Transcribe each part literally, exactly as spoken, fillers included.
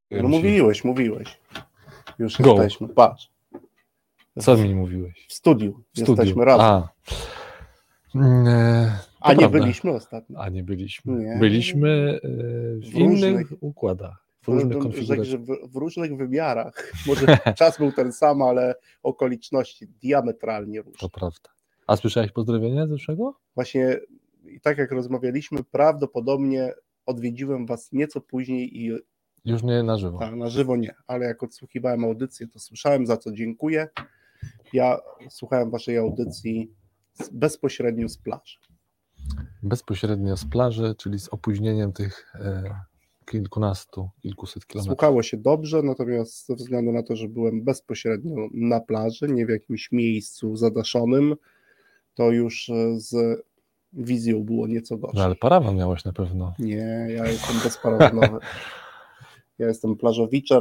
No mówiłeś, mówiłeś. Już Go. jesteśmy, patrz. Co mi mówiłeś? W studiu, W studiu. jesteśmy razem. A, e, A nie prawda. byliśmy ostatnio. A nie byliśmy. Nie. Byliśmy e, w, W innych różnych- układach, w różnych Rzekł, konfiguracjach. że w, w różnych wymiarach. Może czas był ten sam, ale okoliczności diametralnie różne. To prawda. A słyszałeś pozdrowienia ze czego? Właśnie i tak jak rozmawialiśmy, prawdopodobnie odwiedziłem was nieco później i Już nie na żywo. a, na żywo nie, ale jak odsłuchiwałem audycję, to słyszałem, za co dziękuję. Ja słuchałem waszej audycji z, bezpośrednio z plaży. Bezpośrednio z plaży, czyli z opóźnieniem tych e, kilkunastu, kilkuset kilometrów. Słuchało się dobrze, natomiast ze względu na to, że byłem bezpośrednio na plaży, nie w jakimś miejscu zadaszonym, to już z wizją było nieco No gorzej. ale parawan miałeś na pewno. Nie, ja jestem bezparawanowy. Ja jestem plażowiczem,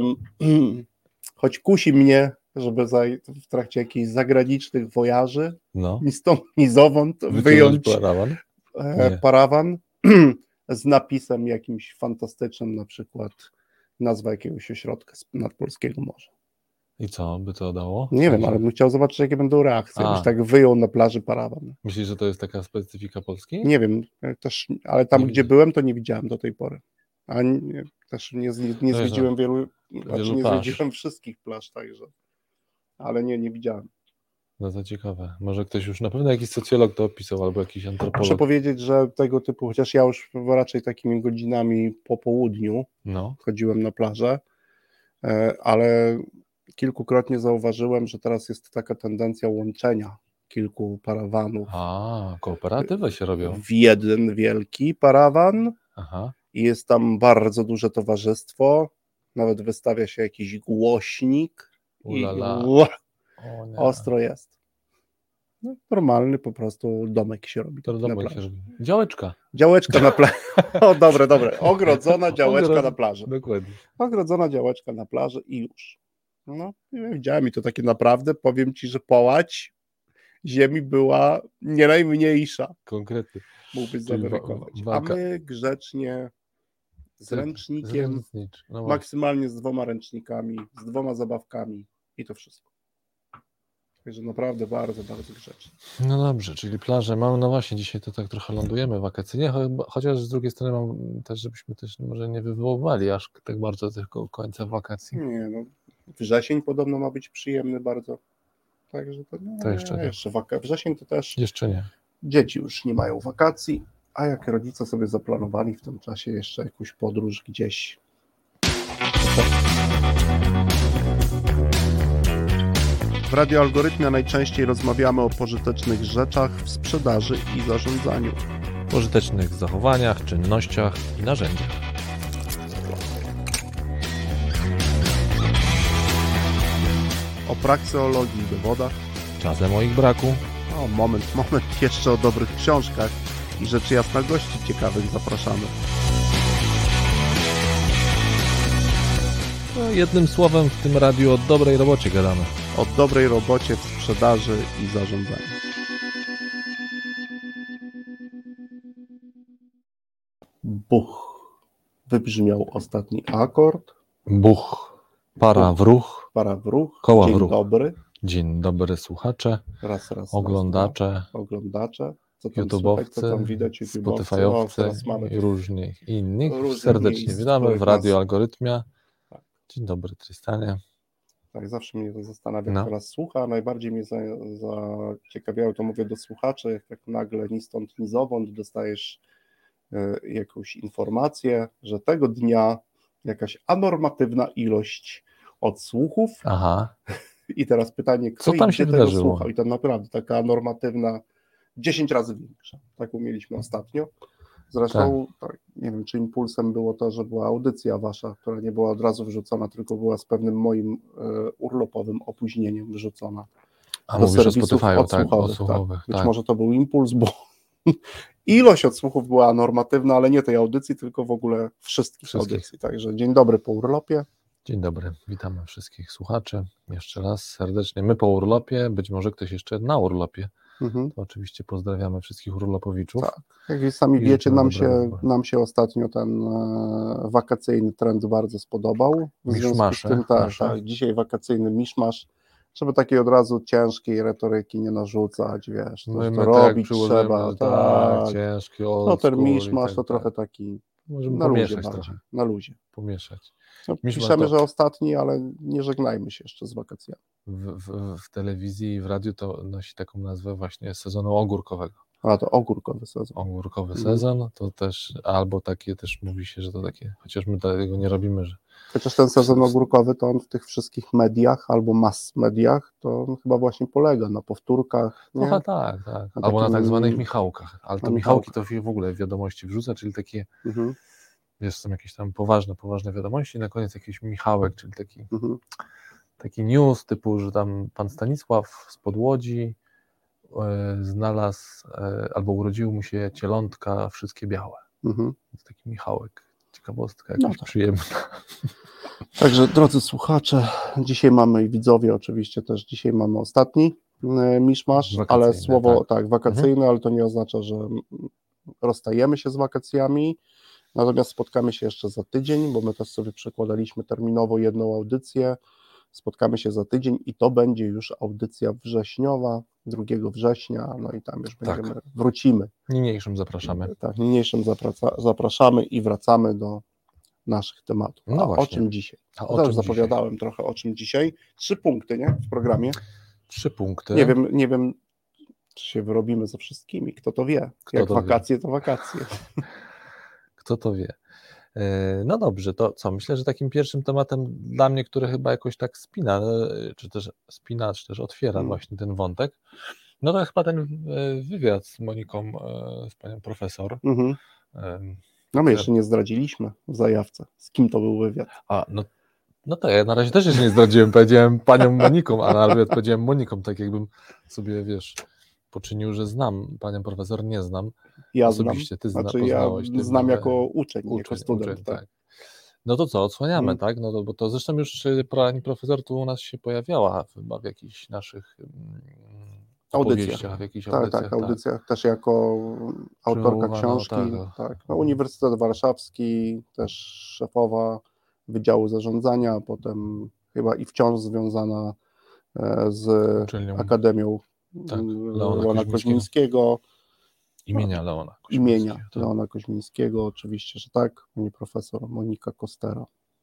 choć kusi mnie, żeby za, w trakcie jakichś zagranicznych wojaży No. ni stąd, ni zowąd Wyciągnąć wyjąć parawan? e, Nie. parawan z napisem jakimś fantastycznym, na przykład nazwa jakiegoś ośrodka z nadpolskiego morza. I co by to dało? Nie wiem, ale bym chciał zobaczyć, jakie będą reakcje. A. Jakbyś tak wyjął na plaży parawan. Myślisz, że to jest taka specyfika Polski? Nie wiem, też, ale tam, Nie gdzie widzę. byłem, to nie widziałem do tej pory. A nie, też nie, nie, nie No zwiedziłem wielu, znaczy wielu nie plaż. zwiedziłem wszystkich plaż, także. Ale nie, nie widziałem. No to ciekawe. Może ktoś już na pewno jakiś socjolog to opisał, albo jakiś Muszę antropolog. powiedzieć, że tego typu, chociaż ja już raczej takimi godzinami po południu No. chodziłem na plażę, e, ale kilkukrotnie zauważyłem, że teraz jest taka tendencja łączenia kilku parawanów A, kooperatywę się robią. w jeden wielki parawan Aha. i jest tam bardzo duże towarzystwo, nawet wystawia się jakiś głośnik i Ulala. ua, O nie. ostro jest. No, normalny po prostu domek się robi. To na domek plaży. się robi. Działeczka. Działeczka na plaży. O, dobre, dobre. Ogrodzona działeczka Ogro- na plaży. Dokładnie. Ogrodzona działeczka na plaży i już. No, nie widziałem i to takie naprawdę, powiem ci, że połać ziemi była nie najmniejsza. Konkretnie. Mógłbyś Czyli wa- zawerykować. A walka- my grzecznie z ręcznikiem, Zręcznicz. No właśnie. maksymalnie z dwoma ręcznikami, z dwoma zabawkami i to wszystko. Także naprawdę bardzo, bardzo grzecznie. No dobrze, czyli plaże mamy, no właśnie, dzisiaj to tak trochę lądujemy wakacyjnie, cho- chociaż z drugiej strony mam też, żebyśmy też może nie wywoływali aż tak bardzo tylko końca wakacji. Nie no, wrzesień podobno ma być przyjemny bardzo. Także to nie, To jeszcze nie. jeszcze waka- wrzesień to też Jeszcze nie. dzieci już nie mają wakacji, a jak rodzice sobie zaplanowali w tym czasie jeszcze jakąś podróż gdzieś. W Radio Algorytmia najczęściej rozmawiamy o pożytecznych rzeczach w sprzedaży i zarządzaniu. Pożytecznych zachowaniach, czynnościach i narzędziach. O prakseologii i dowodach. Czasem o ich braku. O, moment, moment, jeszcze o dobrych książkach i rzecz jasna gości ciekawych zapraszamy. No, jednym słowem w tym radiu o dobrej robocie gadamy. O dobrej robocie w sprzedaży i zarządzaniu. Buch. Wybrzmiał ostatni akord. Buch, para w ruch, Para w ruch. Koła w Dzień ruch. dobry. dzień dobry słuchacze, Raz, raz, oglądacze, raz, dwa. Oglądacze. Co tam słychać, YouTube'owcy, co tam widać, YouTube'owcy. O, Spotify'owcy teraz mamy i różnych innych. różnych Serdecznie miejsc, witamy w których Radio nas- Algorytmia. Tak. Dzień dobry Tristanie. Tak, zawsze mnie to zastanawia, No. kto nas słucha. Najbardziej mnie za- zaciekawiało, to mówię do słuchaczy, jak tak nagle ni stąd, ni zowąd dostajesz e, jakąś informację, że tego dnia jakaś anormatywna ilość odsłuchów Aha, i teraz pytanie, kto Co i tam gdzie się tego wydarzyło? słuchał i to naprawdę taka normatywna dziesięć razy większa. Taką mieliśmy ostatnio. Zresztą tak, nie wiem, czy impulsem było to, że była audycja wasza, która nie była od razu wrzucona, tylko była z pewnym moim e, urlopowym opóźnieniem wrzucona. a do mówisz o serwisów Spotify'u, tak, odsłuchowych, odsłuchowych, Być tak. może to był impuls, bo ilość odsłuchów była normatywna, ale nie tej audycji, tylko w ogóle wszystkich, Wszystkich. audycji. Także dzień dobry po urlopie. Dzień dobry, witamy wszystkich słuchaczy. Jeszcze raz serdecznie. My po urlopie, być może ktoś jeszcze na urlopie. Mhm. To oczywiście pozdrawiamy wszystkich urlopowiczów. Tak. Jak sami I wiecie, życzymy nam dobrego się, wyboru. nam się ostatnio ten e, wakacyjny trend bardzo spodobał. W związku z Miszmasze tym tak, nasze. tak, dzisiaj wakacyjny miszmasz, żeby takiej od razu ciężkiej retoryki nie narzucać, wiesz, to, My, że to my tak jak robić przyłożymy, trzeba, że tak, tak. ciężki, No old ten school i miszmasz tak to dalej. trochę taki Możemy na luzie pomieszać bardziej, trochę, na luzie. pomieszać. No, Miszmasz piszemy, to że ostatni, ale nie żegnajmy się jeszcze z wakacjami. w, w, w telewizji i w radiu to nosi taką nazwę właśnie sezonu ogórkowego. A to ogórkowy sezon. Ogórkowy Mhm. sezon to też, albo takie też mówi się, że to takie, chociaż my tego nie robimy, że Chociaż ten sezon ogórkowy to on w tych wszystkich mediach albo mass mediach to on chyba właśnie polega na powtórkach, nie? trochę tak, tak. Na Albo na takim- tak zwanych Michałkach, ale na to Michałki Michałkach. to w ogóle wiadomości wrzuca, czyli takie, Mhm, wiesz, są jakieś tam poważne, poważne wiadomości i na koniec jakiś Michałek, czyli taki, mhm, taki news typu, że tam pan Stanisław z Podłodzi e, znalazł e, albo urodziło mu się cielątka wszystkie białe. mhm. To taki Michałek, ciekawostka No jakaś tak. przyjemna. Także drodzy słuchacze, dzisiaj mamy i widzowie oczywiście też, dzisiaj mamy ostatni e, miszmasz, Wakacyjny, ale słowo tak. tak, wakacyjny, ale to nie oznacza, że mm, rozstajemy się z wakacjami, natomiast spotkamy się jeszcze za tydzień, bo my też sobie przekładaliśmy terminowo jedną audycję, spotkamy się za tydzień i to będzie już audycja wrześniowa, drugiego września, no i tam już Tak. będziemy, wrócimy. Niniejszym zapraszamy. Tak, niniejszym zapraca, zapraszamy i wracamy do naszych tematów. No A o właśnie. czym dzisiaj? A To o już czym zapowiadałem trochę o czym dzisiaj. Trzy punkty, nie? W programie. Trzy punkty. Nie wiem, nie wiem, czy się wyrobimy ze wszystkimi. Kto to wie? Kto Jak to wakacje, to wakacje. Kto to wie? E, No dobrze, to co? Myślę, że takim pierwszym tematem dla mnie, który chyba jakoś tak spina, e, czy też spina, czy też otwiera Hmm. właśnie ten wątek, no to chyba ten e, wywiad z Moniką, e, z panią profesor. Mhm. E, No my jeszcze nie zdradziliśmy w zajawce, z kim to był wywiad. A, no, no to ja na razie też jeszcze nie zdradziłem, powiedziałem panią Moniką, a na wywiad powiedziałem Moniką, tak jakbym sobie, wiesz, poczynił, że znam panią profesor, nie znam. Ja Osobiście ty zna, znam, znaczy ja poznałeś. Ty znam mnie- jako uczeń, nie jako Uczeń, student. uczeń, tak. tak. No to co, odsłaniamy, Mm. tak? No to, bo to zresztą już y, pani profesor tu u nas się pojawiała chyba w jakichś naszych mm, Audycja. opowieściach, w jakichś Tak, audycjach. tak, audycjach też jako autorka Przywołano, książki. tak. Tak. No, Uniwersytet Warszawski, też szefowa Wydziału Zarządzania, a potem chyba i wciąż związana e, z Uczelnią Akademią Tak, mm, Leona Leona Koźmińskiego. Koźmińskiego, imienia Leona. imienia Koźmińskiego, tak. Leona Koźmińskiego, oczywiście, że tak, pani profesor Monika Kostera.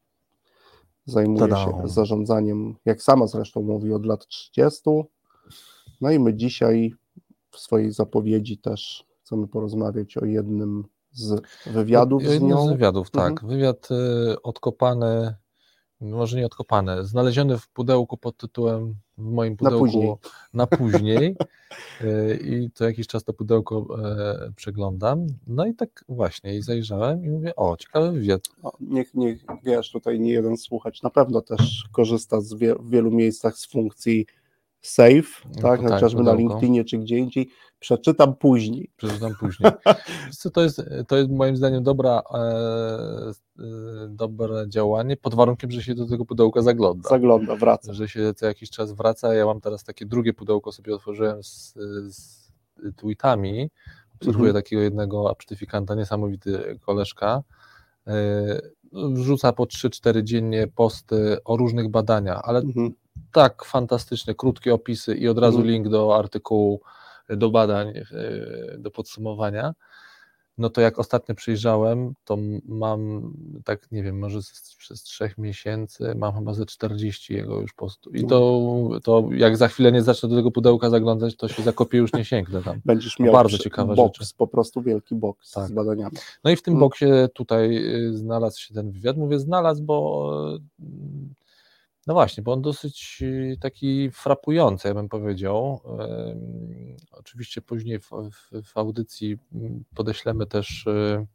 Zajmuje Tada. się zarządzaniem, jak sama zresztą mówi, od lat trzydziestu. No i my dzisiaj w swojej zapowiedzi też chcemy porozmawiać o jednym z wywiadów z Jeden nią. z wywiadów, tak. Mhm. Wywiad y, odkopany, może nie odkopany, znaleziony w pudełku pod tytułem, w moim pudełku później. na później. Y, I co jakiś czas to pudełko e, przeglądam. No i tak właśnie, i zajrzałem i mówię, o, ciekawy wywiad. O, niech, niech wiesz, tutaj nie jeden słuchacz na pewno też korzysta z wie, w wielu miejscach z funkcji save, tak, tak, chociażby na pudełko. LinkedInie czy gdzie indziej. Przeczytam później. Przeczytam później. Wiesz co, to, jest, to jest moim zdaniem dobra, e, e, dobre działanie, pod warunkiem, że się do tego pudełka zagląda. Zagląda, wraca. Że się co jakiś czas wraca. Ja mam teraz takie drugie pudełko, sobie otworzyłem z, z tweetami. Obserwuję Mhm. takiego jednego apsztyfikanta, niesamowity koleżka. E, Wrzuca po trzy cztery dziennie posty o różnych badaniach, ale Mhm. tak fantastyczne, krótkie opisy i od razu Mhm. link do artykułu, do badań, do podsumowania. No to jak ostatnio przyjrzałem, to mam, tak nie wiem, może z, przez trzech miesięcy mam chyba ze czterdzieści jego już postu. I to, to jak za chwilę nie zacznę do tego pudełka zaglądać, to się zakopię, już nie sięgnę tam. Będziesz No miał bardzo przy- ciekawe box, rzeczy. po prostu wielki box Tak. z badaniami. No i w tym Mm. boksie tutaj y, znalazł się ten wywiad. Mówię znalazł, bo y, no właśnie, bo on dosyć y, taki frapujący, ja bym powiedział. Ym, Oczywiście później w, w, w audycji mm, podeślemy też y,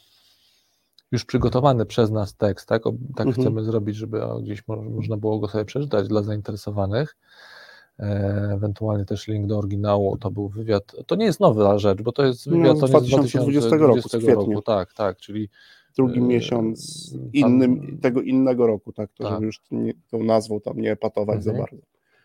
już przygotowany przez nas tekst, tak? O, tak Mhm. chcemy zrobić, żeby o, gdzieś mo, można było go sobie przeczytać dla zainteresowanych. E, Ewentualnie też link do oryginału, to był wywiad, to nie jest nowa rzecz, bo to jest wywiad No, to z nie z dwa tysiące dwudziestego roku, z kwietnia. roku, tak, tak, czyli Drugi Yy, miesiąc tam- innym, tego innego roku, tak, to Tak. żeby już nie, tą nazwą tam nie epatować Mhm. za bardzo.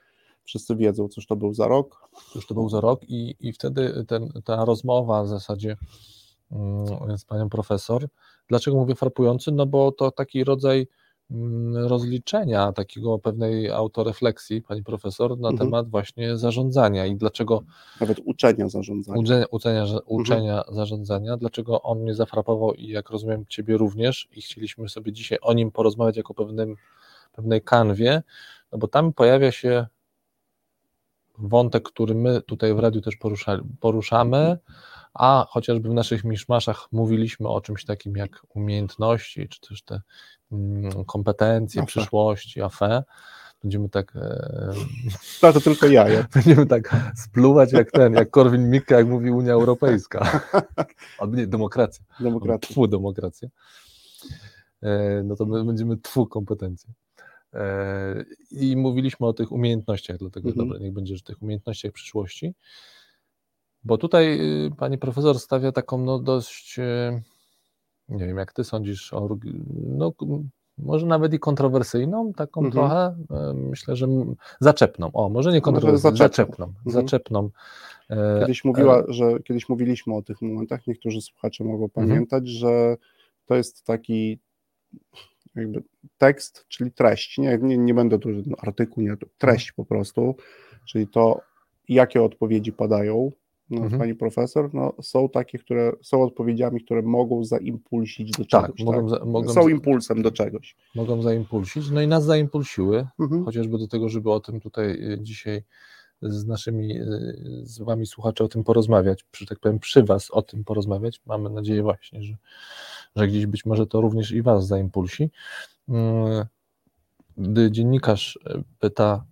wszyscy wiedzą, cóż to był za rok. Cóż to był za rok i, i wtedy ten, ta rozmowa w zasadzie mm, z panią profesor. Dlaczego mówię frapujący? No bo to taki rodzaj rozliczenia, takiego pewnej autorefleksji pani profesor na Mhm. temat właśnie zarządzania i dlaczego Nawet uczenia zarządzania. uczenia, uczenia, uczenia Mhm. zarządzania, dlaczego on mnie zafrapował i jak rozumiem ciebie również i chcieliśmy sobie dzisiaj o nim porozmawiać jako pewnym, pewnej kanwie, no bo tam pojawia się wątek, który my tutaj w radiu też porusza, poruszamy, a chociażby w naszych miszmaszach mówiliśmy o czymś takim jak umiejętności, czy też te mm, kompetencje, Afe. przyszłości, afe. Będziemy tak e, No to tylko ja. ja. będziemy tak spluwać jak ten, jak Korwin-Mikke, jak mówi Unia Europejska. Albo nie, demokracja. Demokracja. Tfu, demokracja. E, no to my będziemy tfu kompetencje. E, I mówiliśmy o tych umiejętnościach, dlatego Mhm. dobra, niech będzie, że tych umiejętnościach przyszłości. Bo tutaj y, pani profesor stawia taką no dość, y, nie wiem jak ty sądzisz, o, no, może nawet i kontrowersyjną, taką Mhm. trochę, y, myślę, że m- zaczepną, o może nie kontrowersyjną, zaczepną. zaczepną, Mhm. zaczepną. E, Kiedyś mówiła, że kiedyś mówiliśmy o tych momentach, niektórzy słuchacze mogą pamiętać, że to jest taki jakby tekst, czyli treść, nie, nie, nie będę tu no, artykuł, nie, treść po prostu, czyli to, jakie odpowiedzi padają, no, Mhm. pani profesor, no, są takie, które są odpowiedziami, które mogą zaimpulsić do Tak, czegoś, mogą, tak? za, mogą, Są impulsem do czegoś. mogą zaimpulsić, no i nas zaimpulsiły, Mhm. chociażby do tego, żeby o tym tutaj y, dzisiaj z naszymi, y, z wami słuchacze o tym porozmawiać, przy, tak powiem, przy was o tym porozmawiać. Mamy nadzieję właśnie, że, że gdzieś być może to również i was zaimpulsi. Y, Gdy dziennikarz y, pyta,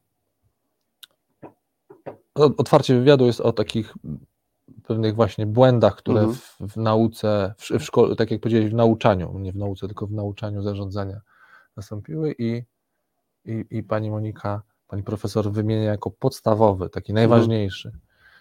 o- otwarcie wywiadu jest o takich pewnych właśnie błędach, które Mhm. w, w nauce, w, w szkole, tak jak powiedziałeś, w nauczaniu, nie w nauce, tylko w nauczaniu zarządzania nastąpiły i, i, i pani Monika, pani profesor wymienia jako podstawowy, taki najważniejszy,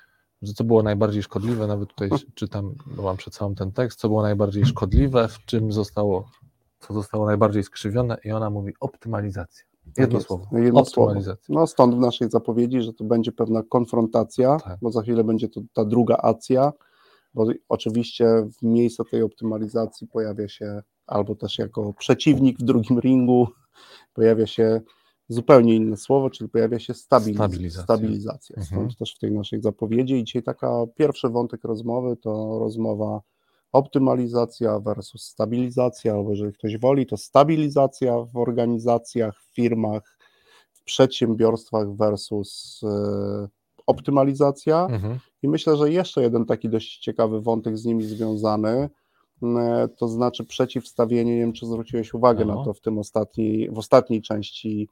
że co było najbardziej szkodliwe, nawet tutaj czytam, bo mam przed sobą ten tekst, co było najbardziej szkodliwe, w czym zostało, co zostało najbardziej skrzywione i ona mówi optymalizacja. Jedno jest. słowo, Jedno słowo. optymalizacja. No stąd w naszej zapowiedzi, że to będzie pewna konfrontacja, Tak. bo za chwilę będzie to ta druga acja, bo oczywiście w miejsce tej optymalizacji pojawia się, albo też jako przeciwnik w drugim ringu, pojawia się zupełnie inne słowo, czyli pojawia się stabiliz- Stabilizacja. stabilizacja. Stąd Mhm. też w tej naszej zapowiedzi. I dzisiaj taka pierwszy wątek rozmowy to rozmowa optymalizacja versus stabilizacja, albo jeżeli ktoś woli, to stabilizacja w organizacjach, w firmach, w przedsiębiorstwach versus e, optymalizacja. Mhm. I myślę, że jeszcze jeden taki dość ciekawy wątek z nimi związany, e, to znaczy przeciwstawienie, nie wiem, czy zwróciłeś uwagę No. na to w tym ostatniej, w ostatniej części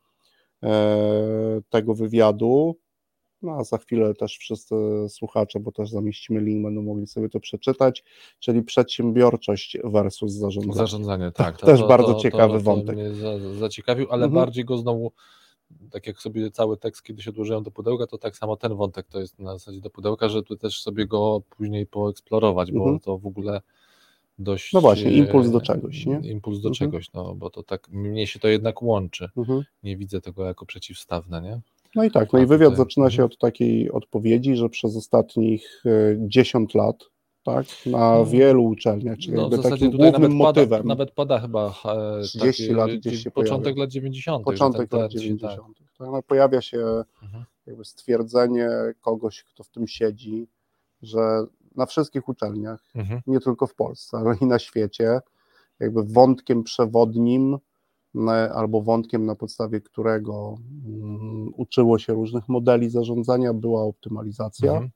e, tego wywiadu, no a za chwilę też wszyscy słuchacze, bo też zamieścimy link, będą mogli sobie to przeczytać, czyli przedsiębiorczość versus zarządzanie. Zarządzanie, tak. To, Też to, bardzo to, ciekawy to, to wątek. mnie za, zaciekawił, ale Mhm. bardziej go znowu, tak jak sobie cały tekst kiedyś odłożyłem do pudełka, to tak samo ten wątek to jest na zasadzie do pudełka, że tu też sobie go później poeksplorować, bo Mhm. to w ogóle dość... No właśnie, impuls do e, czegoś, nie? Impuls do Mhm. czegoś, no bo to tak, mnie się to jednak łączy. Mhm. Nie widzę tego jako przeciwstawne, nie? No i tak, no A i wywiad tutaj- zaczyna się mhm. od takiej odpowiedzi, że przez ostatnich e, dziesięć lat, tak, na No, wielu uczelniach, czyli No, w jakby zasadzie takim tutaj głównym nawet pada, motywem, nawet pada chyba e, trzydzieści taki, lat e, gdzieś się początek pojawia. lat dziewięćdziesiątych. początek że ten lat trend się, tak. dziewięćdziesiątych. Tak, no, pojawia się Mhm. jakby stwierdzenie kogoś, kto w tym siedzi, że na wszystkich uczelniach, Mhm. nie tylko w Polsce, ale i na świecie, jakby wątkiem przewodnim ne, albo wątkiem, na podstawie którego mm, uczyło się różnych modeli zarządzania, była optymalizacja. Mhm.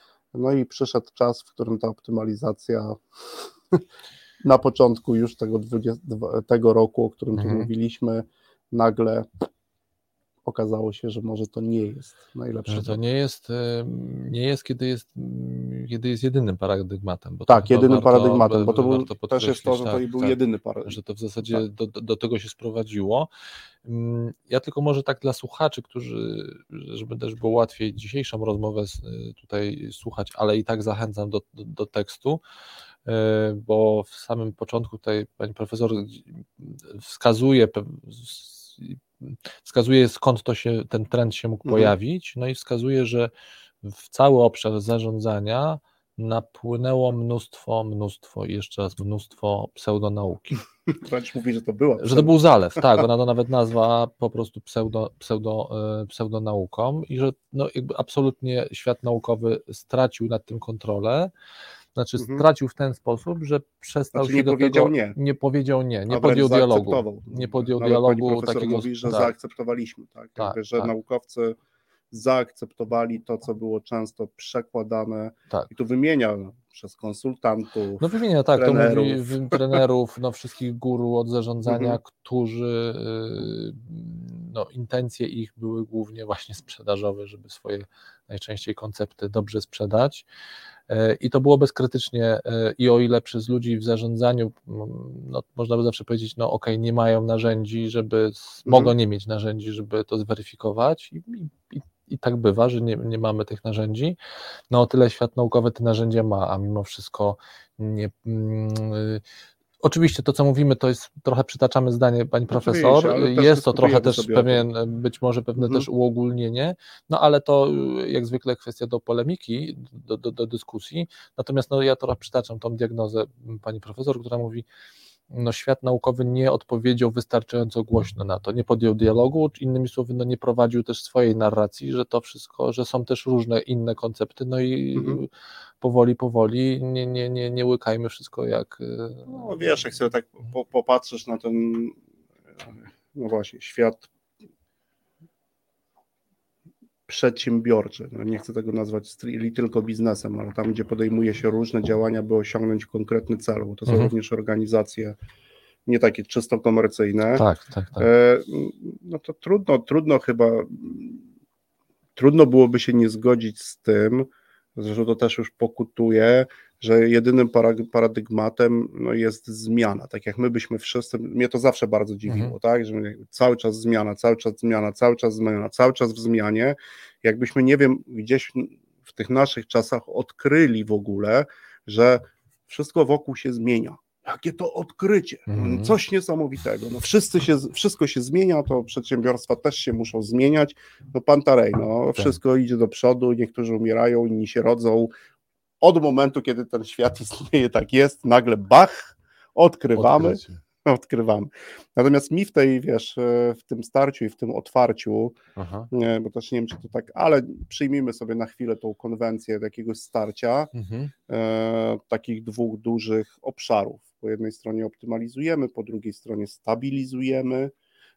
No i przyszedł czas, w którym ta optymalizacja na początku już tego, dwudziestego, tego roku, o którym tu Mhm. mówiliśmy, nagle okazało się, że może to nie jest najlepsza Że to droga. nie jest, e, nie jest, kiedy jest, mm, kiedy jest jedynym paradygmatem. Bo to Tak, chyba jedynym warto, paradygmatem, bo to był, warto też jest to, że to tak, i był tak, jedyny paradygmat. że to w zasadzie Tak. do, do, do tego się sprowadziło. Mm, Ja tylko może tak dla słuchaczy, którzy, żeby też było łatwiej dzisiejszą rozmowę z- tutaj słuchać, ale i tak zachęcam do, do, do tekstu, e, bo w samym początku tutaj pani profesor wskazuje pe- wskazuje, skąd to się, ten trend się mógł mhm. pojawić, no i wskazuje, że w cały obszar zarządzania napłynęło mnóstwo, mnóstwo i jeszcze raz mnóstwo pseudonauki. Wręcz mówi, że to była Że to był zalew, tak, ona to nawet nazwa po prostu pseudo, pseudo, pseudonauką i że no jakby absolutnie świat naukowy stracił nad tym kontrolę, znaczy mhm. stracił w ten sposób, że przestał znaczy, się nie do powiedział tego, nie. nie powiedział nie, nie podjął dialogu, nie podjął Nawet dialogu pani profesor takiego, mówi, że tak. zaakceptowaliśmy, tak, tak jakby, że tak. naukowcy zaakceptowali to, co było często przekładane tak. i tu wymienia przez konsultantów, No wymienia, tak, trenerów. to mówi w, trenerów, no wszystkich guru od zarządzania, mhm. którzy, no intencje ich były głównie właśnie sprzedażowe, żeby swoje najczęściej koncepty dobrze sprzedać i to było bezkrytycznie i o ile przez ludzi w zarządzaniu, no można by zawsze powiedzieć, no okej, okay, nie mają narzędzi, żeby, mhm. mogą nie mieć narzędzi, żeby to zweryfikować i, i I tak bywa, że nie, nie mamy tych narzędzi, no o tyle świat naukowy te narzędzia ma, a mimo wszystko nie... Yy, oczywiście to, co mówimy, to jest, trochę przytaczamy zdanie pani profesor, jest to trochę też pewien, być może pewne mhm. też uogólnienie, no ale to jak zwykle kwestia do polemiki, do, do, do dyskusji, natomiast no ja trochę przytaczam tą diagnozę pani profesor, która mówi, no świat naukowy nie odpowiedział wystarczająco głośno na to, nie podjął dialogu, innymi słowy, no nie prowadził też swojej narracji, że to wszystko, że są też różne inne koncepty, no i mhm. powoli, powoli nie, nie, nie, nie łykajmy wszystko jak... No wiesz, jak sobie tak po, popatrzysz na ten, no właśnie, świat przedsiębiorczy, no nie chcę tego nazwać tylko biznesem, ale tam, gdzie podejmuje się różne działania, by osiągnąć konkretny cel, bo to są mhm. również organizacje nie takie czysto komercyjne, tak, tak, tak. No to trudno, trudno chyba, trudno byłoby się nie zgodzić z tym, zresztą to też już pokutuje, że jedynym paradygmatem no, jest zmiana, tak jak my byśmy wszyscy, mnie to zawsze bardzo dziwiło, mhm. tak, że cały czas zmiana, cały czas zmiana, cały czas zmiana, cały czas w zmianie, jakbyśmy, nie wiem, gdzieś w tych naszych czasach odkryli w ogóle, że wszystko wokół się zmienia. Jakie to odkrycie, mhm. coś niesamowitego, no wszyscy się, wszystko się zmienia, to przedsiębiorstwa też się muszą zmieniać, no Pantarej, no tak. Wszystko idzie do przodu, niektórzy umierają, inni się rodzą, od momentu, kiedy ten świat istnieje, tak jest, nagle bach, odkrywamy, Odkrycie. odkrywamy. Natomiast mi w tej, wiesz, w tym starciu i w tym otwarciu, nie, bo też nie wiem, czy to tak, ale przyjmijmy sobie na chwilę tą konwencję jakiegoś starcia, mhm. e, takich dwóch dużych obszarów. Po jednej stronie optymalizujemy, po drugiej stronie stabilizujemy,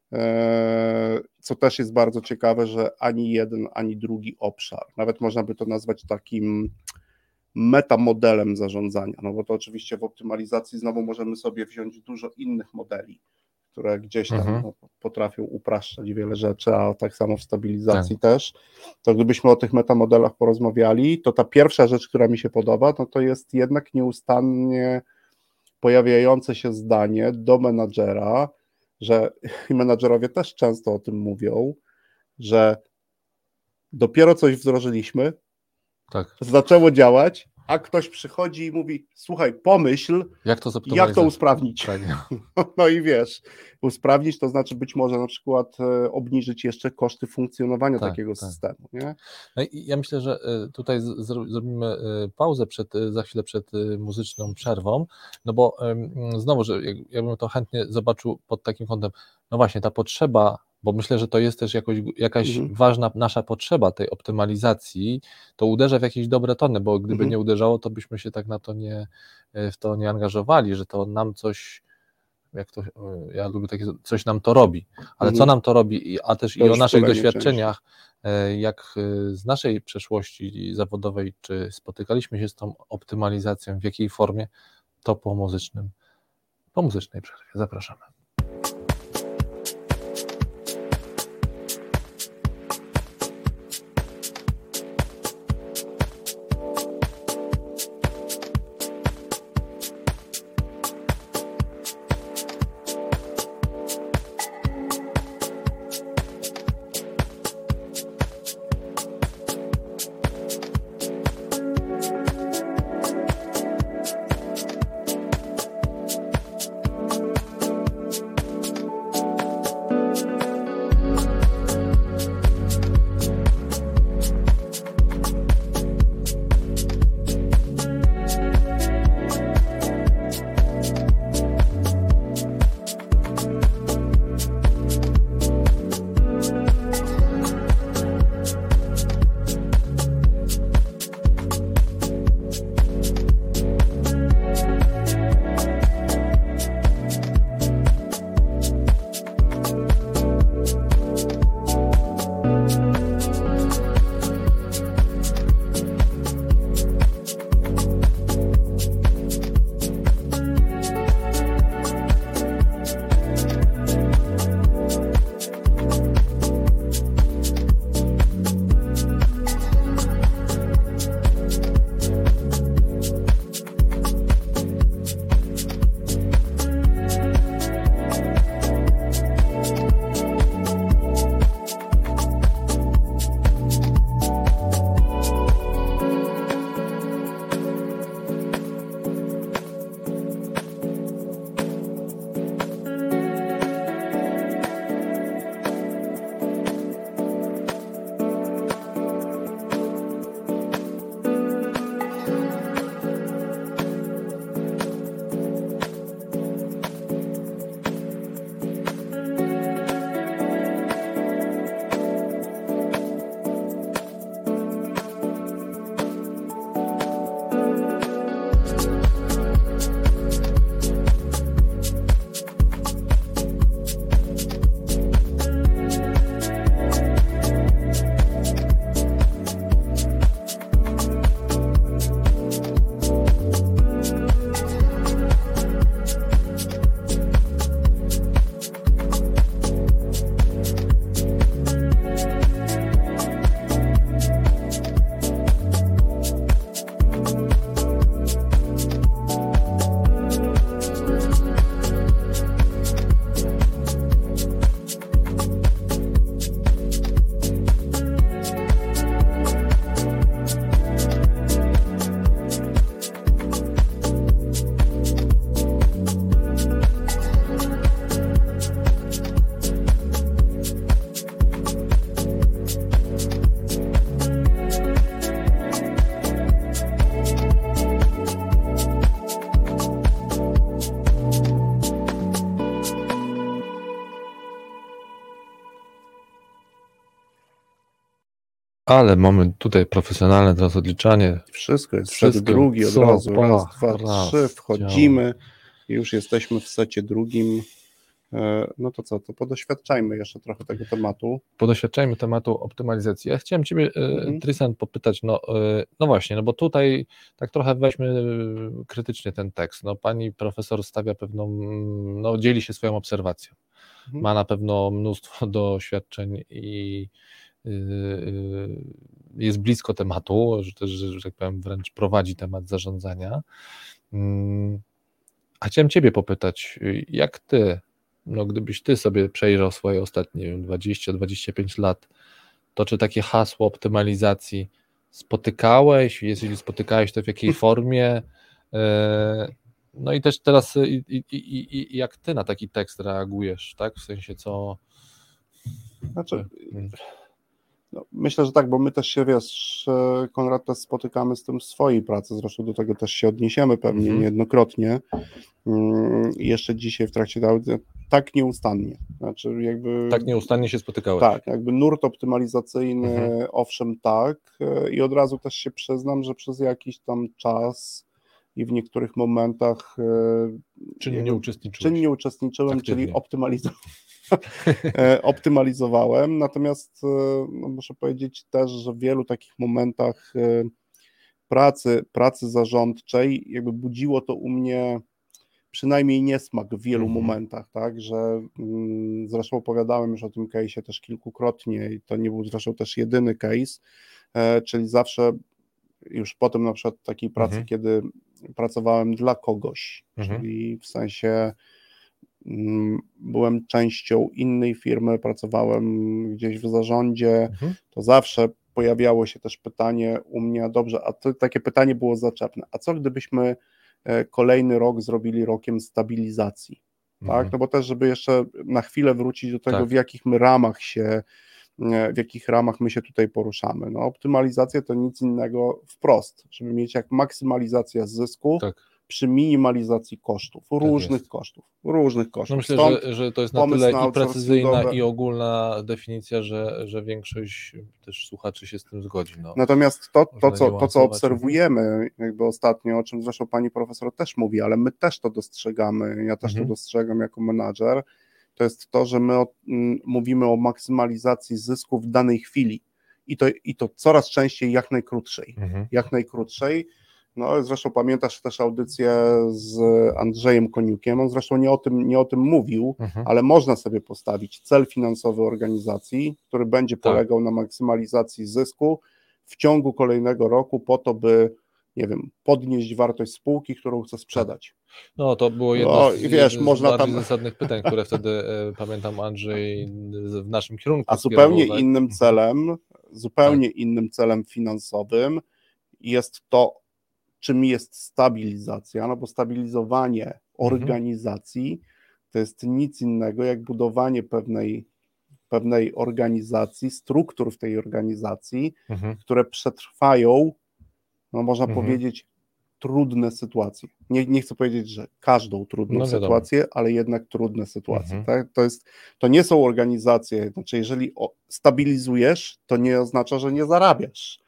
e, co też jest bardzo ciekawe, że ani jeden, ani drugi obszar, nawet można by to nazwać takim metamodelem zarządzania, no bo to oczywiście w optymalizacji znowu możemy sobie wziąć dużo innych modeli, które gdzieś tam mhm. no, potrafią upraszczać wiele rzeczy, a tak samo w stabilizacji tak. też. To gdybyśmy o tych metamodelach porozmawiali, to ta pierwsza rzecz, która mi się podoba, no to jest jednak nieustannie pojawiające się zdanie do menadżera, że i menadżerowie też często o tym mówią, że dopiero coś wdrożyliśmy, tak. zaczęło działać, a ktoś przychodzi i mówi, słuchaj, pomyśl, jak to, jak to usprawnić. Tak. No i wiesz, usprawnić to znaczy być może na przykład obniżyć jeszcze koszty funkcjonowania tak, takiego tak. systemu. Nie? No i ja myślę, że tutaj zrobimy pauzę przed, za chwilę przed muzyczną przerwą, no bo znowu, że ja bym to chętnie zobaczył pod takim kątem, no właśnie ta potrzeba, bo myślę, że to jest też jakoś, jakaś mhm. ważna nasza potrzeba tej optymalizacji, to uderza w jakieś dobre tony, bo gdyby mhm. nie uderzało, to byśmy się tak na to nie, w to nie angażowali, że to nam coś, jak to, ja lubię takie, coś nam to robi, ale mhm. co nam to robi, a też to i o naszych doświadczeniach, części. Jak z naszej przeszłości zawodowej, czy spotykaliśmy się z tą optymalizacją, w jakiej formie, to po muzycznym, po muzycznej przerwie. Zapraszamy. Ale mamy tutaj profesjonalne teraz odliczanie. Wszystko jest Wszystko. set drugi od Co? razu. Raz, Pa, dwa, raz, trzy, wchodzimy i już jesteśmy w secie drugim. No to co, to podoświadczajmy jeszcze trochę tego tematu. Podoświadczajmy tematu optymalizacji. Ja chciałem Ciebie, mhm. Tristan, popytać, no, no właśnie, no bo tutaj tak trochę weźmy krytycznie ten tekst. No, pani profesor stawia pewną, no dzieli się swoją obserwacją. Mhm. Ma na pewno mnóstwo doświadczeń i jest blisko tematu, że też, że tak powiem, wręcz prowadzi temat zarządzania. A chciałem Ciebie popytać, jak Ty, no gdybyś Ty sobie przejrzał swoje ostatnie dwadzieścia dwadzieścia pięć lat, to czy takie hasło optymalizacji spotykałeś? Jeżeli spotykałeś, to w jakiej formie? No i też teraz i, i, i, i jak Ty na taki tekst reagujesz, tak? W sensie co... Znaczy... No, myślę, że tak, bo my też się, wiesz, Konrad, też spotykamy z tym w swojej pracy, zresztą do tego też się odniesiemy pewnie mm-hmm. niejednokrotnie. I jeszcze dzisiaj w trakcie audycji tak nieustannie. Znaczy jakby, tak nieustannie się spotykałeś. Tak, jakby nurt optymalizacyjny, mm-hmm. owszem tak, i od razu też się przyznam, że przez jakiś tam czas i w niektórych momentach czynnie uczestniczyłeś. Czynnie uczestniczyłem, aktywnie. Czyli optymalizowałem. optymalizowałem, natomiast no, muszę powiedzieć też, że w wielu takich momentach pracy, pracy zarządczej jakby budziło to u mnie przynajmniej niesmak w wielu mm-hmm. momentach, tak, że mm, zresztą opowiadałem już o tym case'ie też kilkukrotnie i to nie był zresztą też jedyny case, e, czyli zawsze już potem na przykład takiej pracy, mm-hmm. kiedy pracowałem dla kogoś, mm-hmm. czyli w sensie byłem częścią innej firmy, pracowałem gdzieś w zarządzie, mhm. to zawsze pojawiało się też pytanie u mnie, dobrze, a to takie pytanie było zaczepne, a co gdybyśmy kolejny rok zrobili rokiem stabilizacji, mhm. tak, no bo też, żeby jeszcze na chwilę wrócić do tego, tak. w jakich my ramach się, w jakich ramach my się tutaj poruszamy, no optymalizacja to nic innego wprost, żeby mieć jak maksymalizacja zysku, tak. przy minimalizacji kosztów, tak różnych jest. kosztów, różnych kosztów. No myślę, że, że to jest na tyle na i precyzyjna i ogólna definicja, że, że większość też słuchaczy się z tym zgodzi. No. Natomiast to, to, co, to, co obserwujemy jakby ostatnio, o czym zresztą pani profesor też mówi, ale my też to dostrzegamy, ja też mhm. to dostrzegam jako menadżer, to jest to, że my o, m, mówimy o maksymalizacji zysku w danej chwili i to, i to coraz częściej jak najkrótszej, mhm. jak najkrótszej. No, zresztą pamiętasz też audycję z Andrzejem Koniukiem, on zresztą nie o tym, nie o tym mówił, mhm. ale można sobie postawić cel finansowy organizacji, który będzie tak. polegał na maksymalizacji zysku w ciągu kolejnego roku po to, by, nie wiem, podnieść wartość spółki, którą chce sprzedać. No to było jedno no, z, wiesz, jedno z można bardziej tam... zasadnych pytań, które wtedy, e, pamiętam, Andrzej w naszym kierunku A zupełnie tak? innym celem, zupełnie tak. innym celem finansowym jest to, czym jest stabilizacja, no bo stabilizowanie organizacji mhm. to jest nic innego jak budowanie pewnej, pewnej organizacji, struktur w tej organizacji, mhm. które przetrwają, no można mhm. powiedzieć, trudne sytuacje. Nie, nie chcę powiedzieć, że każdą trudną no sytuację, ale jednak trudne sytuacje. Mhm. Tak? To jest, to nie są organizacje, znaczy jeżeli stabilizujesz, to nie oznacza, że nie zarabiasz.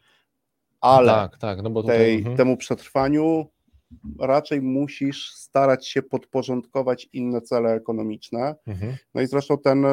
Ale tak, tak, no bo tutaj, tej, mhm. temu przetrwaniu raczej musisz starać się podporządkować inne cele ekonomiczne. Mhm. No i zresztą ten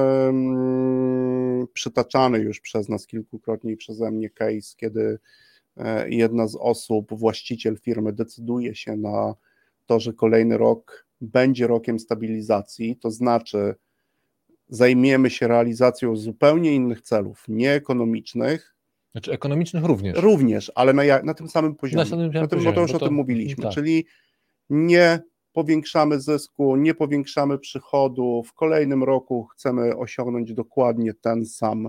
um, przytaczany już przez nas kilkukrotnie i przeze mnie case, kiedy e, jedna z osób, właściciel firmy decyduje się na to, że kolejny rok będzie rokiem stabilizacji, to znaczy zajmiemy się realizacją zupełnie innych celów, nieekonomicznych. Znaczy ekonomicznych również. Również, ale na, na tym samym poziomie. Na, samym na tym, poziomie, no to już o to, tym mówiliśmy, tak. Czyli nie powiększamy zysku, nie powiększamy przychodu, w kolejnym roku chcemy osiągnąć dokładnie ten sam,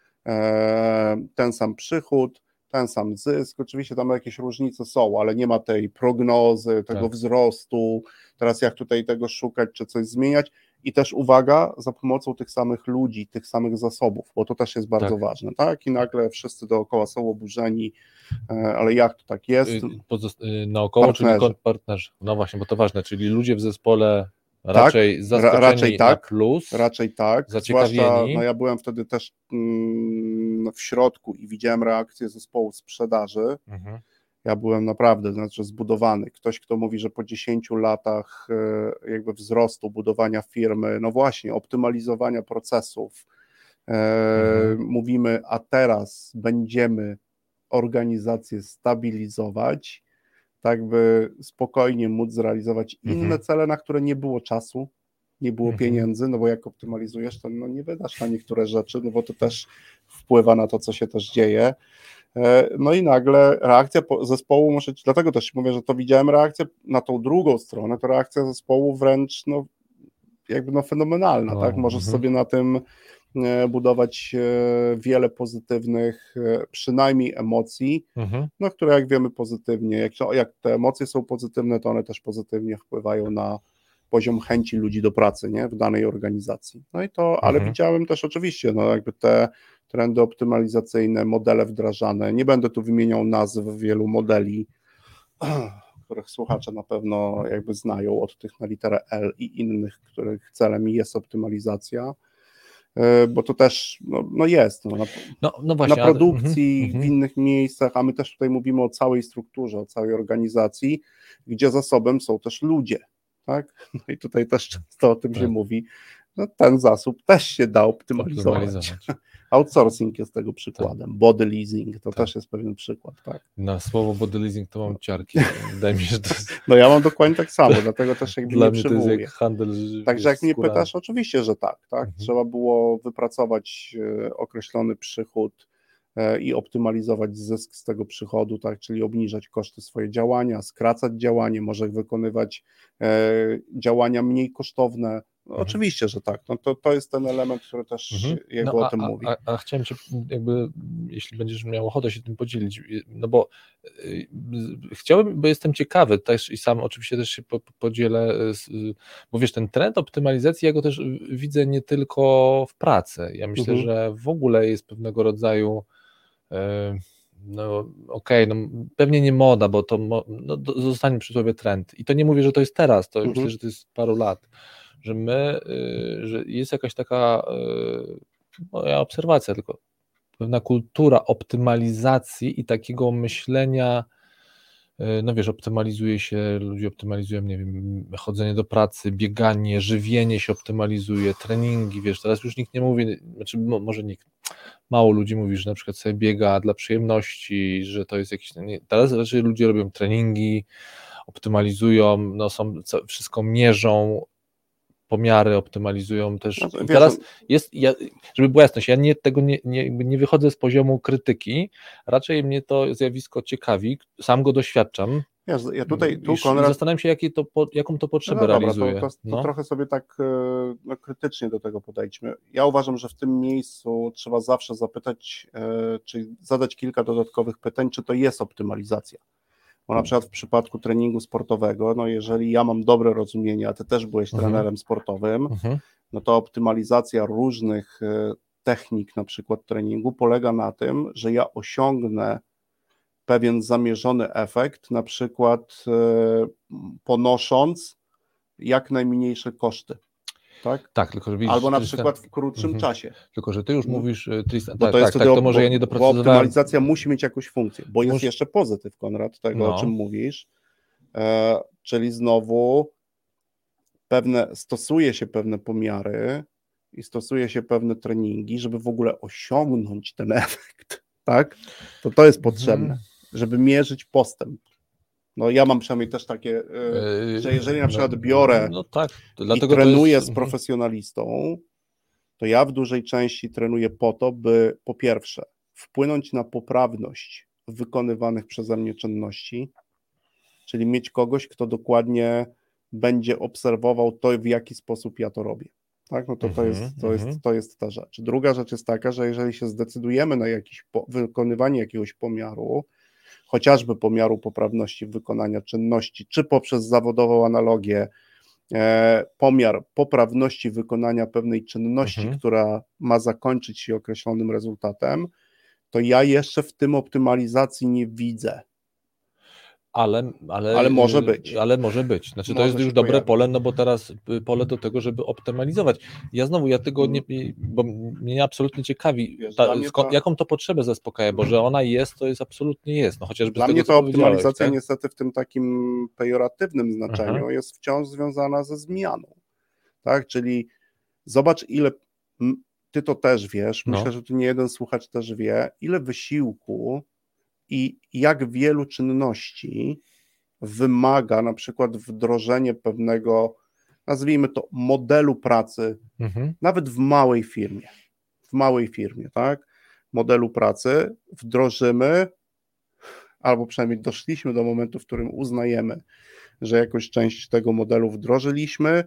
e, ten sam przychód, ten sam zysk. Oczywiście tam jakieś różnice są, ale nie ma tej prognozy, tego tak. wzrostu, teraz jak tutaj tego szukać, czy coś zmieniać. I też uwaga, za pomocą tych samych ludzi, tych samych zasobów, bo to też jest bardzo tak. ważne, tak? I nagle wszyscy dookoła są oburzeni, ale jak to tak jest? Pozost- naokoło, partnerzy. Czyli partnerzy. No właśnie, bo to ważne, czyli ludzie w zespole raczej tak, zaskoczeni raczej tak, na plus, raczej tak, zaciekawieni. Zwłaszcza, no ja byłem wtedy też mm, byłem w środku i widziałem reakcję zespołu sprzedaży, mhm. ja byłem naprawdę, znaczy zbudowany. Ktoś, kto mówi, że po dziesięciu latach jakby wzrostu, budowania firmy, no właśnie, optymalizowania procesów, mhm. mówimy, a teraz będziemy organizację stabilizować, tak by spokojnie móc zrealizować inne mhm. cele, na które nie było czasu, nie było mhm. pieniędzy, no bo jak optymalizujesz, to no nie wydasz na niektóre rzeczy, no bo to też wpływa na to, co się też dzieje. No i nagle reakcja zespołu, muszę, dlatego też mówię, że to widziałem reakcję na tą drugą stronę, to reakcja zespołu wręcz no jakby no fenomenalna, no, tak? Możesz mhm. sobie na tym budować wiele pozytywnych, przynajmniej emocji, mhm. no, które jak wiemy pozytywnie, jak, jak te emocje są pozytywne, to one też pozytywnie wpływają na poziom chęci ludzi do pracy, nie, w danej organizacji. No i to, ale mhm. widziałem też oczywiście, no jakby te trendy optymalizacyjne, modele wdrażane, nie będę tu wymieniał nazw wielu modeli, których słuchacze na pewno jakby znają, od tych na literę L i innych, których celem jest optymalizacja, bo to też no, no jest, no, na, no, no właśnie, na produkcji, ale, w innych miejscach, a my też tutaj mówimy o całej strukturze, o całej organizacji, gdzie zasobem są też ludzie, tak? No i tutaj też często o tym tak. się mówi, no ten zasób też się da optymalizować. optymalizować. Outsourcing jest tego przykładem, tak. body leasing to tak. też jest pewien przykład. Tak. Na słowo body leasing to mam ciarki, wydaje mi się, że to jest... No ja mam dokładnie tak samo, dlatego też jakby Dla nie mnie przywołuję. To jest jak handel. Także jak mnie pytasz, oczywiście, że tak, tak. Mhm. Trzeba było wypracować określony przychód i optymalizować zysk z tego przychodu, tak, czyli obniżać koszty swoje działania, skracać działanie, może wykonywać e, działania mniej kosztowne. No, mhm. Oczywiście, że tak. No, to, to jest ten element, który też mhm. jego no, o tym a, mówi. A, a chciałem Cię, jakby, jeśli będziesz miał ochotę się tym podzielić, no bo y, chciałbym, bo jestem ciekawy też i sam oczywiście też się po, podzielę, z, bo wiesz, ten trend optymalizacji, ja go też widzę nie tylko w pracy. Ja myślę, mhm. że w ogóle jest pewnego rodzaju no okej, okay, no pewnie nie moda, bo to no, zostanie przy słowie trend i to nie mówię, że to jest teraz, to mhm. myślę, że to jest paru lat, że my, że jest jakaś taka moja obserwacja tylko, pewna kultura optymalizacji i takiego myślenia, no wiesz, optymalizuje się, ludzie optymalizują, nie wiem, chodzenie do pracy, bieganie, żywienie się optymalizuje, treningi, wiesz, teraz już nikt nie mówi, znaczy może nikt, mało ludzi mówi, że na przykład sobie biega dla przyjemności, że to jest jakiś, nie, teraz raczej ludzie robią treningi, optymalizują, no są, wszystko mierzą, pomiary optymalizują też. No I teraz jest, ja, żeby była jasność, ja nie, tego nie, nie, nie wychodzę z poziomu krytyki, raczej mnie to zjawisko ciekawi, sam go doświadczam. Ja, ja tutaj tu, I, Konrad... i zastanawiam się, jakie to, jaką to potrzebę no dobra, realizuje. To, to, to no. trochę sobie tak no, krytycznie do tego podejdźmy. Ja uważam, że w tym miejscu trzeba zawsze zapytać, e, czy zadać kilka dodatkowych pytań, czy to jest optymalizacja. Bo na przykład w przypadku treningu sportowego, no jeżeli ja mam dobre rozumienie, a ty też byłeś mhm. trenerem sportowym, mhm. no to optymalizacja różnych technik, na przykład treningu, polega na tym, że ja osiągnę pewien zamierzony efekt, na przykład ponosząc jak najmniejsze koszty. Tak? Tak, tylko że widzisz, albo na przykład w krótszym mm-hmm. czasie. Tylko, że ty już mm. mówisz, Tristan, bo tak, to jest tak, tak, to może bo, ja nie doprecyzowałem. Bo optymalizacja musi mieć jakąś funkcję, bo Mus... jest jeszcze pozytyw, Konrad, tego, no. o czym mówisz, e, czyli znowu pewne, stosuje się pewne pomiary i stosuje się pewne treningi, żeby w ogóle osiągnąć ten efekt, tak? To to jest potrzebne, mm-hmm. żeby mierzyć postęp. No ja mam przynajmniej też takie, yy, że jeżeli na przykład biorę no, tak. i trenuję jest... z profesjonalistą, to ja w dużej części trenuję po to, by po pierwsze wpłynąć na poprawność wykonywanych przeze mnie czynności, czyli mieć kogoś, kto dokładnie będzie obserwował to, w jaki sposób ja to robię. Tak? No to, to, jest, to, jest, to jest ta rzecz. Druga rzecz jest taka, że jeżeli się zdecydujemy na jakieś po, wykonywanie jakiegoś pomiaru, chociażby pomiaru poprawności wykonania czynności, czy poprzez zawodową analogię, e, pomiar poprawności wykonania pewnej czynności, mhm. która ma zakończyć się określonym rezultatem, to ja jeszcze w tym optymalizacji nie widzę. Ale, ale, Ale może być. Ale może być. Znaczy to Może jest się już dobre pojawić. pole, no bo teraz pole do tego, żeby optymalizować. Ja znowu, ja tego nie, bo mnie absolutnie ciekawi, Wiesz, ta, dla mnie skąd, to- jaką to potrzebę zaspokaja, bo że ona jest, to jest absolutnie jest. No chociażby Dla z tego, mnie co to powiedziałeś, optymalizacja tak? niestety w tym takim pejoratywnym znaczeniu Aha. jest wciąż związana ze zmianą. Tak? Czyli zobacz, ile m, ty to też wiesz, No. myślę, że tu nie jeden słuchacz też wie, ile wysiłku i jak wielu czynności wymaga na przykład wdrożenie pewnego, nazwijmy to, modelu pracy, Mhm. nawet w małej firmie. W małej firmie, tak? Modelu pracy wdrożymy, albo przynajmniej doszliśmy do momentu, w którym uznajemy, że jakąś część tego modelu wdrożyliśmy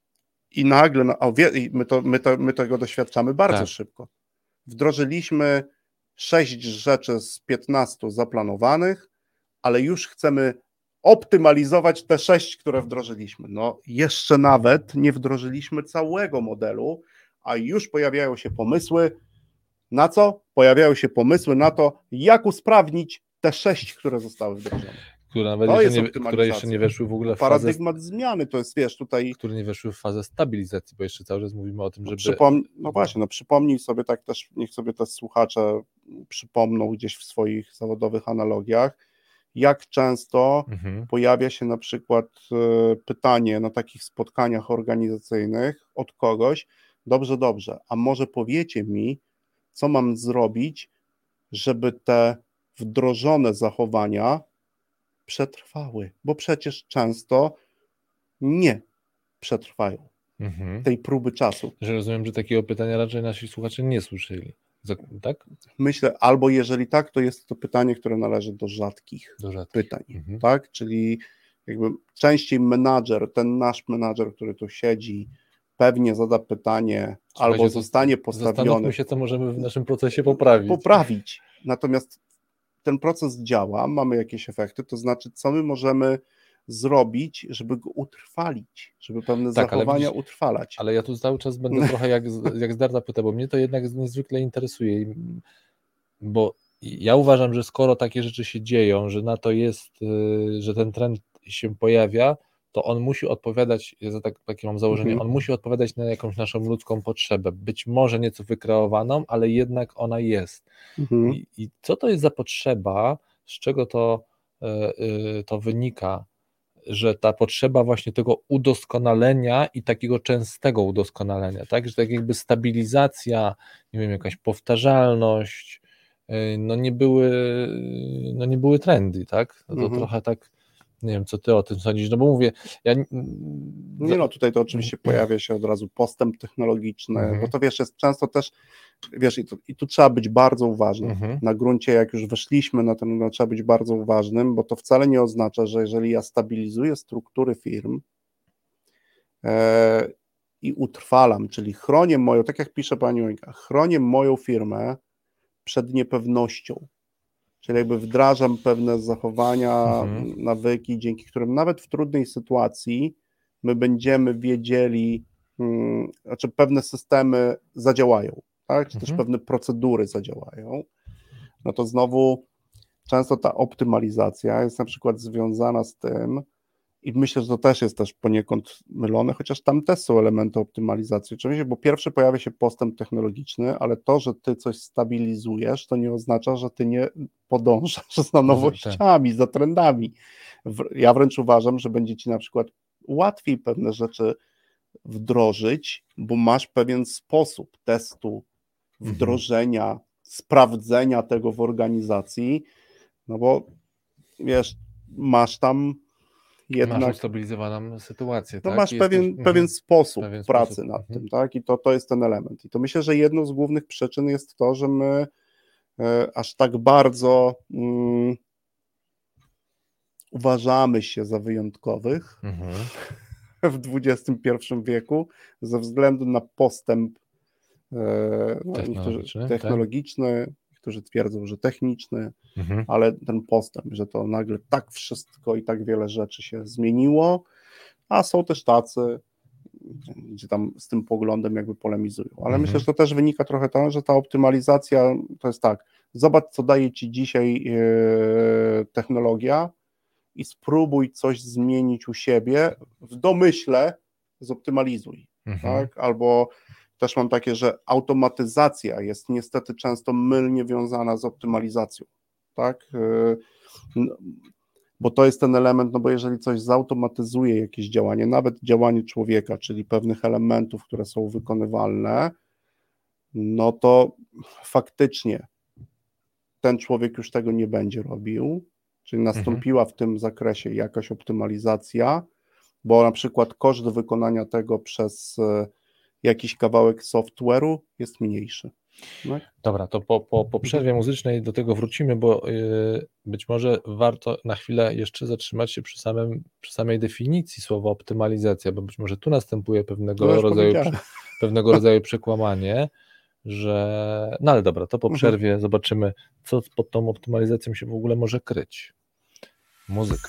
i nagle, no, a wie, i my, to, my, to, my tego doświadczamy bardzo Tak. szybko. Wdrożyliśmy sześć rzeczy z piętnastu zaplanowanych, ale już chcemy optymalizować te sześć, które wdrożyliśmy. No jeszcze nawet nie wdrożyliśmy całego modelu, a już pojawiają się pomysły na co? Pojawiają się pomysły na to, jak usprawnić te sześć, które zostały wdrożone. Które nawet To jeszcze jest nie, które jeszcze nie weszły w ogóle w fazę, paradygmat zmiany, to jest, wiesz, tutaj... które nie weszły w fazę stabilizacji, bo jeszcze cały czas mówimy o tym, żeby... Przypom... No właśnie, no przypomnij sobie tak też, niech sobie też słuchacze przypomną gdzieś w swoich zawodowych analogiach, jak często Mhm. pojawia się na przykład e, pytanie na takich spotkaniach organizacyjnych od kogoś, dobrze, dobrze, a może powiecie mi, co mam zrobić, żeby te wdrożone zachowania przetrwały, bo przecież często nie przetrwają Mhm. tej próby czasu. Że rozumiem, że takiego pytania raczej nasi słuchacze nie słyszeli, tak? Myślę, albo jeżeli tak, to jest to pytanie, które należy do rzadkich, Do rzadkich. pytań, Mhm. tak? Czyli jakby częściej menadżer, ten nasz menadżer, który tu siedzi, pewnie zada pytanie, Słuchajcie, albo zostanie postawiony. Zastanówmy się, co możemy w naszym procesie poprawić. Poprawić. Natomiast ten proces działa, mamy jakieś efekty, to znaczy, co my możemy zrobić, żeby go utrwalić, żeby pewne Tak, ale zachowania widzisz, utrwalać. Ale ja tu cały czas będę trochę jak, jak zdarta pyta, bo mnie to jednak niezwykle interesuje, bo ja uważam, że skoro takie rzeczy się dzieją, że na to jest, że ten trend się pojawia, to on musi odpowiadać, ja za tak, takie mam założenie, Mhm. on musi odpowiadać na jakąś naszą ludzką potrzebę, być może nieco wykreowaną, ale jednak ona jest. Mhm. I, I co to jest za potrzeba, z czego to, to wynika, że ta potrzeba właśnie tego udoskonalenia i takiego częstego udoskonalenia, tak, że tak jakby stabilizacja, nie wiem, jakaś powtarzalność, no nie były, no nie były trendy, tak, no to Mhm. trochę tak, nie wiem, co ty o tym sądzisz, no bo mówię, ja... Nie no, tutaj to oczywiście pojawia się od razu postęp technologiczny, Mhm. bo to wiesz, jest często też, wiesz, i tu, i tu trzeba być bardzo uważnym. Mhm. Na gruncie, jak już weszliśmy na ten, no, trzeba być bardzo uważnym, bo to wcale nie oznacza, że jeżeli ja stabilizuję struktury firm e, i utrwalam, czyli chronię moją, tak jak pisze pani Monika, chronię moją firmę przed niepewnością, czyli jakby wdrażam pewne zachowania, Mhm. nawyki, dzięki którym nawet w trudnej sytuacji my będziemy wiedzieli, hmm, znaczy pewne systemy zadziałają, tak? Czy Mhm. też pewne procedury zadziałają, no to znowu często ta optymalizacja jest na przykład związana z tym, i myślę, że to też jest też poniekąd mylone, chociaż tam też są elementy optymalizacji. Oczywiście, bo pierwszy pojawia się postęp technologiczny, ale to, że ty coś stabilizujesz, to nie oznacza, że ty nie podążasz za nowościami, za trendami. Ja wręcz uważam, że będzie ci na przykład łatwiej pewne rzeczy wdrożyć, bo masz pewien sposób testu, wdrożenia, mhm. sprawdzenia tego w organizacji, no bo wiesz, masz tam jednak... Masz ustabilizowaną sytuację, no tak? masz Jesteś... pewien, mhm. pewien sposób pewien pracy sposób. nad mhm. tym, tak? I to, to jest ten element. I to myślę, że jedną z głównych przyczyn jest to, że my e, aż tak bardzo mm, uważamy się za wyjątkowych Mhm. w dwudziestym pierwszym wieku ze względu na postęp e, no, technologiczny, niektórzy, technologiczny tak? Niektórzy twierdzą, że techniczny, mhm. ale ten postęp, że to nagle tak wszystko i tak wiele rzeczy się zmieniło, a są też tacy, gdzie tam z tym poglądem jakby polemizują. Ale mhm. myślę, że to też wynika trochę to, że ta optymalizacja to jest tak, zobacz, co daje ci dzisiaj e, technologia i spróbuj coś zmienić u siebie, w domyśle zoptymalizuj, Mhm. tak? Albo też mam takie, że automatyzacja jest niestety często mylnie wiązana z optymalizacją, tak? No, bo to jest ten element, no bo jeżeli coś zautomatyzuje jakieś działanie, nawet działanie człowieka, czyli pewnych elementów, które są wykonywalne, no to faktycznie ten człowiek już tego nie będzie robił, czyli nastąpiła w tym zakresie jakaś optymalizacja, bo na przykład koszt wykonania tego przez jakiś kawałek software'u jest mniejszy. No. Dobra, to po, po, po przerwie muzycznej do tego wrócimy, bo yy, być może warto na chwilę jeszcze zatrzymać się przy, samym, przy samej definicji słowa optymalizacja, bo być może tu następuje pewnego No rodzaju, prze, pewnego rodzaju przekłamanie, że... No ale dobra, to po przerwie mhm. zobaczymy, co pod tą optymalizacją się w ogóle może kryć. Muzyka.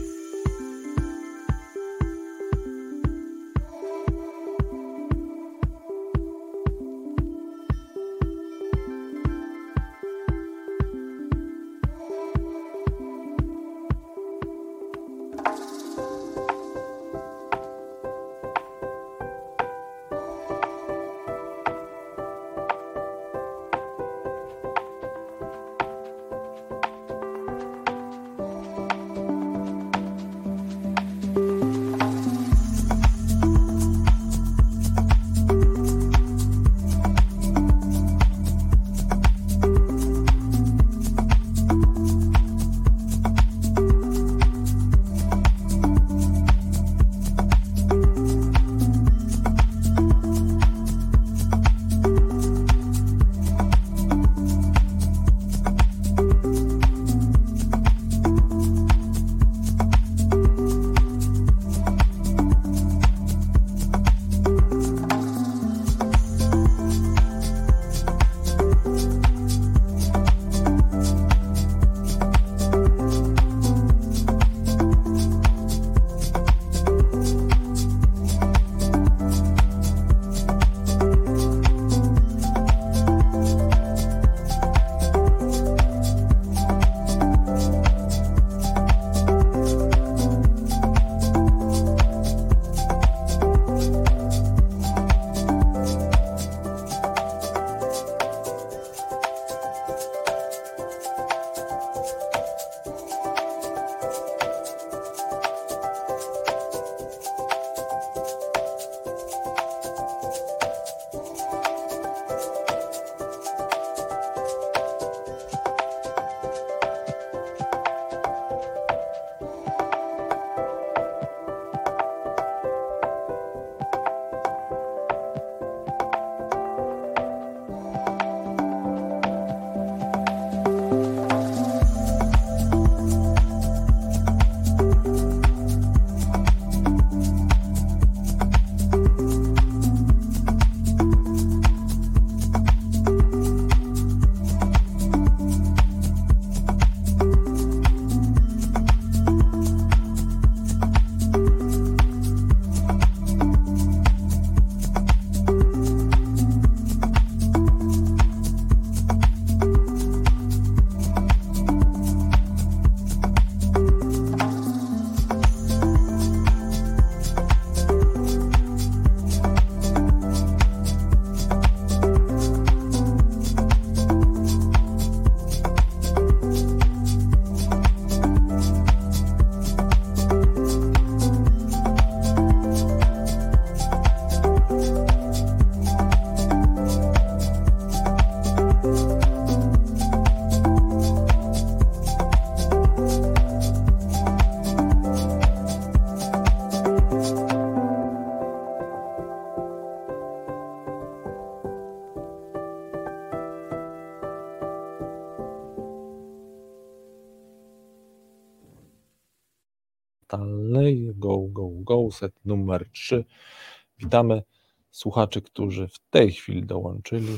Dalej, go, go, go, set numer trzy. Witamy słuchaczy, którzy w tej chwili dołączyli.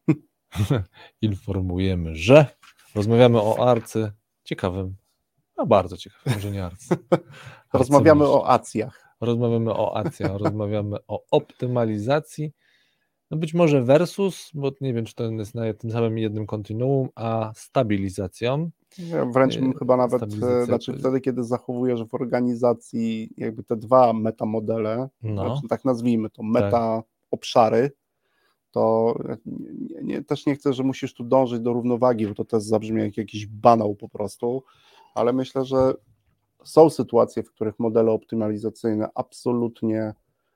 Informujemy, że rozmawiamy o arcy ciekawym, no bardzo ciekawym, może nie arcy. Rozmawiamy o acjach. Rozmawiamy o acjach, rozmawiamy o optymalizacji. No być może versus, bo nie wiem, czy to jest na tym samym jednym kontinuum, a stabilizacją. Ja wręcz bym chyba nawet, Stabilizacja- znaczy wtedy, kiedy zachowujesz w organizacji jakby te dwa metamodele, No. znaczy tak nazwijmy to, meta obszary, to nie, nie, też nie chcę, że musisz tu dążyć do równowagi, bo to też zabrzmi jak jakiś banał po prostu, ale myślę, że są sytuacje, w których modele optymalizacyjne absolutnie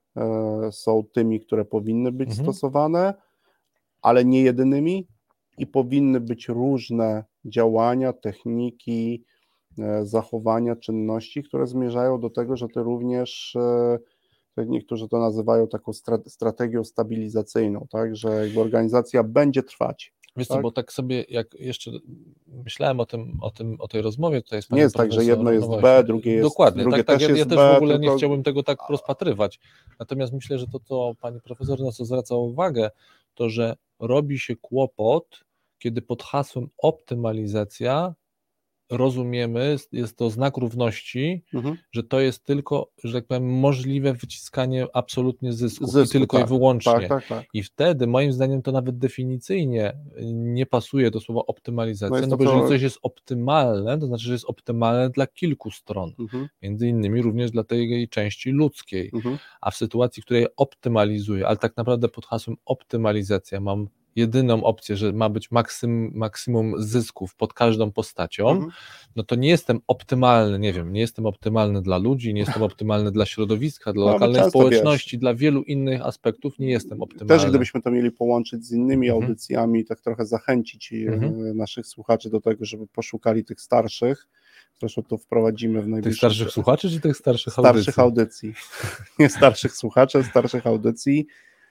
e, są tymi, które powinny być Mhm. stosowane, ale nie jedynymi i powinny być różne działania, techniki, e, zachowania, czynności, które zmierzają do tego, że ty również, e, jak niektórzy to nazywają taką stra- strategią stabilizacyjną, tak, że jakby organizacja będzie trwać. Wiesz co, tak? bo tak sobie, jak jeszcze myślałem o tym, o tym, o tej rozmowie tutaj z Nie panią jest tak, że profesor, jedno jest no B, właśnie, drugie jest- dokładnie, drugie tak, tak, też ja, ja jest też B, w ogóle tylko- nie chciałbym tego tak rozpatrywać, natomiast myślę, że to, co pani profesor na co zwraca uwagę, to, że robi się kłopot, kiedy pod hasłem optymalizacja rozumiemy, jest to znak równości, Mhm. że to jest tylko, że tak powiem, możliwe wyciskanie absolutnie zysków Zysku, i tylko tak, i wyłącznie. tak, tak, tak. I wtedy moim zdaniem to nawet definicyjnie nie pasuje do słowa optymalizacja, No no, jest to, bo jeżeli co- coś jest optymalne, to znaczy, że jest optymalne dla kilku stron, Mhm. między innymi również dla tej części ludzkiej, Mhm. a w sytuacji, w której optymalizuję, ale tak naprawdę pod hasłem optymalizacja mam jedyną opcję, że ma być maksym, maksimum zysków pod każdą postacią, Mhm. no to nie jestem optymalny, nie wiem, nie jestem optymalny dla ludzi, nie jestem optymalny dla środowiska, dla No, ale lokalnej często, społeczności, dla wielu innych aspektów nie jestem optymalny. Też gdybyśmy to mieli połączyć z innymi Mhm. audycjami, tak trochę zachęcić e, Mhm. naszych słuchaczy do tego, żeby poszukali tych starszych, zresztą to wprowadzimy w Tych najbliższych... starszych słuchaczy, czy tych starszych, starszych audycji? audycji. Nie starszych słuchaczy, starszych audycji.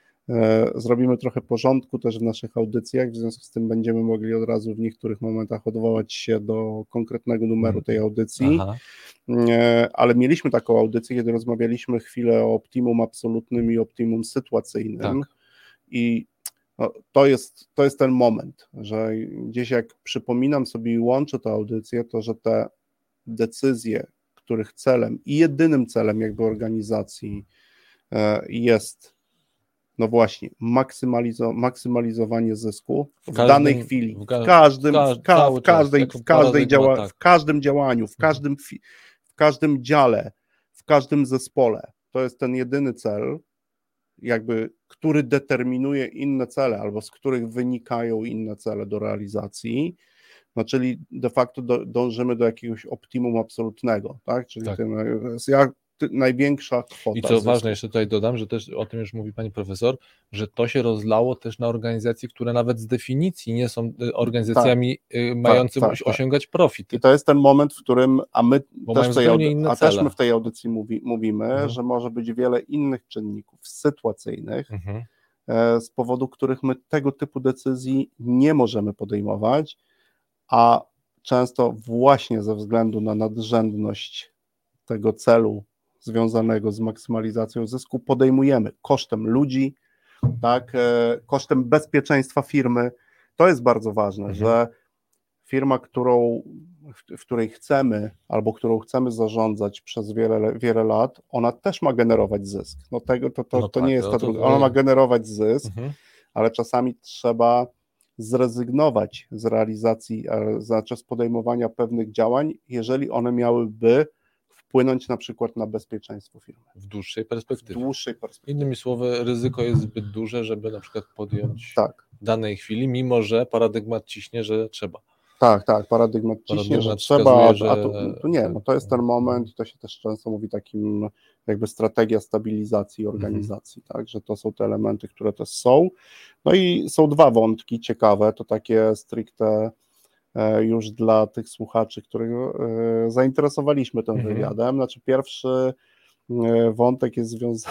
E, Zrobimy trochę porządku też w naszych audycjach, w związku z tym będziemy mogli od razu w niektórych momentach odwołać się do konkretnego numeru tej audycji. Aha. E, Ale mieliśmy taką audycję, kiedy rozmawialiśmy chwilę o optimum absolutnym i optimum sytuacyjnym. Tak. I no, to jest, to jest ten moment, że gdzieś jak przypominam sobie i łączę tę audycję, to że te decyzje, których celem i jedynym celem jakby organizacji e, jest no właśnie maksymalizo- maksymalizowanie zysku w, W każdym- danej chwili, w w, ka- każdym, ka- w, ka- cały w każdej, czas, jako w każdej paradygmat, działa- tak. w każdym działaniu, w każdym, fi- w każdym dziale, w każdym zespole. To jest ten jedyny cel, jakby, który determinuje inne cele, albo z których wynikają inne cele do realizacji. No, czyli de facto do, dążymy do jakiegoś optimum absolutnego, tak? Czyli Tak. Tym, jak, ty, największa kwota I co zysku. ważne, jeszcze tutaj dodam, że też o tym już mówi pani profesor, że to się rozlało też na organizacje, które nawet z definicji nie są y, organizacjami y, mającymi tak, tak. osiągać profit. I to jest ten moment, w którym, a my Bo też mają w tej, zupełnie audy- inne a cele. też my w tej audycji mówi, mówimy, Mhm. że może być wiele innych czynników sytuacyjnych, Mhm. e, z powodu których my tego typu decyzji nie możemy podejmować, a często właśnie ze względu na nadrzędność tego celu związanego z maksymalizacją zysku podejmujemy kosztem ludzi, tak, e, kosztem bezpieczeństwa firmy. To jest bardzo ważne, Mhm. że firma, którą, w, w której chcemy albo którą chcemy zarządzać przez wiele, wiele lat, ona też ma generować zysk. No tego, to, to, No to tak, nie jest no ta to- druga. to- Ona ma generować zysk, Mhm. ale czasami trzeba zrezygnować z realizacji, e, znaczy z podejmowania pewnych działań, jeżeli one miałyby wpłynąć na przykład na bezpieczeństwo firmy W dłuższej w perspektywie. dłuższej perspektywie. Innymi słowy, ryzyko jest zbyt duże, żeby na przykład podjąć Tak, w danej chwili, mimo że paradygmat ciśnie, że trzeba. tak, tak, paradygmat ciśnie, Paradygmat że trzeba, wskazuje, a że- tu, tu nie, tak. no to jest ten moment, to się też często mówi takim jakby strategia stabilizacji organizacji, tak, że to są te elementy, które też są. No i są dwa wątki ciekawe, to takie stricte e, już dla tych słuchaczy, których e, zainteresowaliśmy tym Mhm. wywiadem. Znaczy pierwszy e, wątek jest związany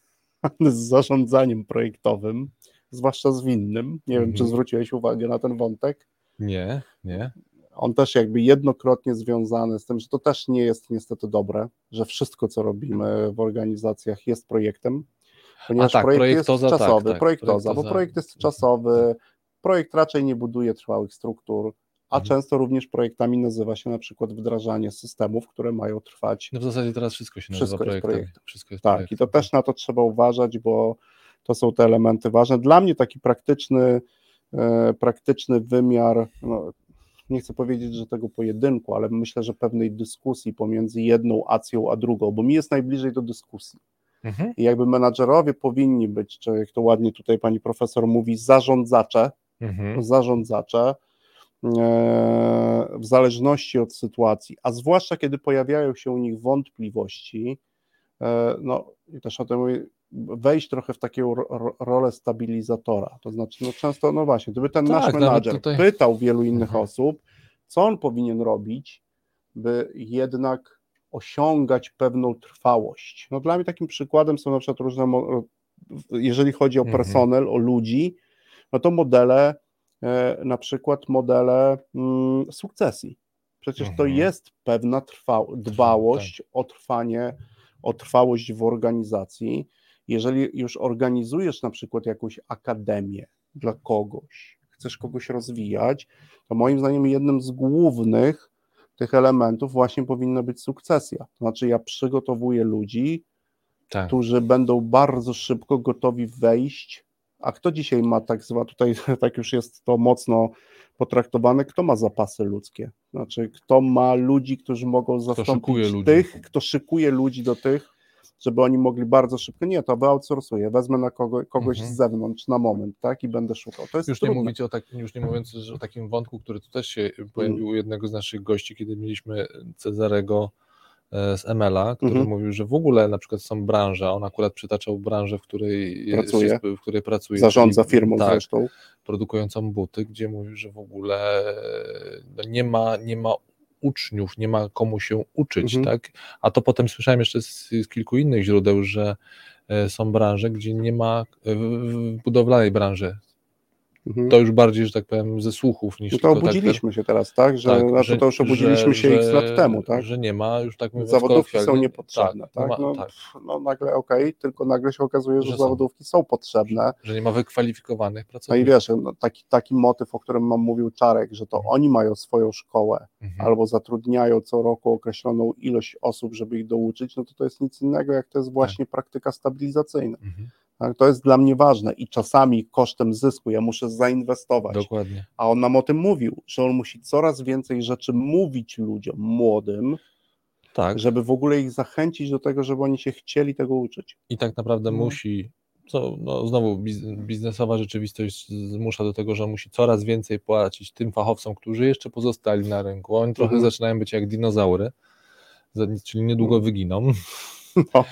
z zarządzaniem projektowym, zwłaszcza zwinnym. Nie wiem, czy Mhm. zwróciłeś uwagę na ten wątek. Nie, nie. On też jakby jednokrotnie związany z tym, że to też nie jest niestety dobre, że wszystko, co robimy w organizacjach jest projektem, ponieważ A tak, projekt projektoza, jest tak, czasowy, tak, projektoza, bo projektoza. projekt jest czasowy, projekt raczej nie buduje trwałych struktur, a Mhm. często również projektami nazywa się na przykład wdrażanie systemów, które mają trwać. No w zasadzie teraz wszystko się nazywa Wszystko jest projektem. projektem. Wszystko jest Tak, projektem. i to też na to trzeba uważać, bo to są te elementy ważne. Dla mnie taki praktyczny, praktyczny wymiar, no, nie chcę powiedzieć, że tego pojedynku, ale myślę, że pewnej dyskusji pomiędzy jedną acją a drugą, bo mi jest najbliżej do dyskusji. Mhm. I jakby menadżerowie powinni być, czy jak to ładnie tutaj pani profesor mówi, zarządzacze, mhm. zarządzacze, w zależności od sytuacji, a zwłaszcza kiedy pojawiają się u nich wątpliwości, no i też o tym mówię, wejść trochę w taką ro, rolę stabilizatora, to znaczy no często, no właśnie, gdyby ten tak, nasz menadżer tutaj... pytał wielu innych mhm. osób, co on powinien robić, by jednak osiągać pewną trwałość. No dla mnie takim przykładem są na przykład różne, jeżeli chodzi o personel, mhm. o ludzi, no to modele, na przykład modele mm, sukcesji. Przecież mhm. to jest pewna trwa, dbałość tak. o trwanie, o trwałość w organizacji. Jeżeli już organizujesz na przykład jakąś akademię dla kogoś, chcesz kogoś rozwijać, to moim zdaniem jednym z głównych tych elementów właśnie powinna być sukcesja. To znaczy ja przygotowuję ludzi, tak. którzy będą bardzo szybko gotowi wejść. A kto dzisiaj ma tak zwane, tutaj tak już jest to mocno potraktowane, kto ma zapasy ludzkie? Znaczy, kto ma ludzi, którzy mogą zastąpić kto tych, kto szykuje ludzi do tych, żeby oni mogli bardzo szybko, nie, to wyoutsourcuję, wezmę na kogo, kogoś mhm. z zewnątrz na moment, tak, i będę szukał. To jest już, trudne. nie mówicie o tak, już nie mówiąc że o takim wątku, który tu też się pojawił u jednego z naszych gości, kiedy mieliśmy Cezarego z M L a, który mhm. mówił, że w ogóle na przykład są branże, on akurat przytaczał branżę, w której pracuje, jest, w której pracuje zarządza czyli, firmą tak, zresztą, produkującą buty, gdzie mówił, że w ogóle no nie ma, nie ma uczniów, nie ma komu się uczyć, mhm. tak? A to potem słyszałem jeszcze z, z kilku innych źródeł, że są branże, gdzie nie ma, w budowlanej branży, mhm. to już bardziej, że tak powiem, ze słuchów niż no to tylko obudziliśmy tak, się teraz, tak? Że, tak, znaczy, że to już obudziliśmy że, się x lat temu, tak? Że nie ma, już tak mówiąc zawodówki są niepotrzebne, tak? tak? No, ma, no, tak. no nagle okej, okay, tylko nagle się okazuje, że, że zawodówki są. są potrzebne. Że nie ma wykwalifikowanych pracowników. No i wiesz, no, taki, taki motyw, o którym mam mówił Czarek, że to mhm. oni mają swoją szkołę, mhm. albo zatrudniają co roku określoną ilość osób, żeby ich douczyć, no to to jest nic innego, jak to jest właśnie tak. praktyka stabilizacyjna. Mhm. Tak, to jest dla mnie ważne i czasami kosztem zysku ja muszę zainwestować. Dokładnie. A on nam o tym mówił, że on musi coraz więcej rzeczy mówić ludziom młodym, tak. żeby w ogóle ich zachęcić do tego, żeby oni się chcieli tego uczyć. I tak naprawdę no. musi, co, no znowu biznesowa rzeczywistość zmusza do tego, że musi coraz więcej płacić tym fachowcom, którzy jeszcze pozostali na rynku. Oni trochę mhm. zaczynają być jak dinozaury, czyli niedługo no. wyginą. No.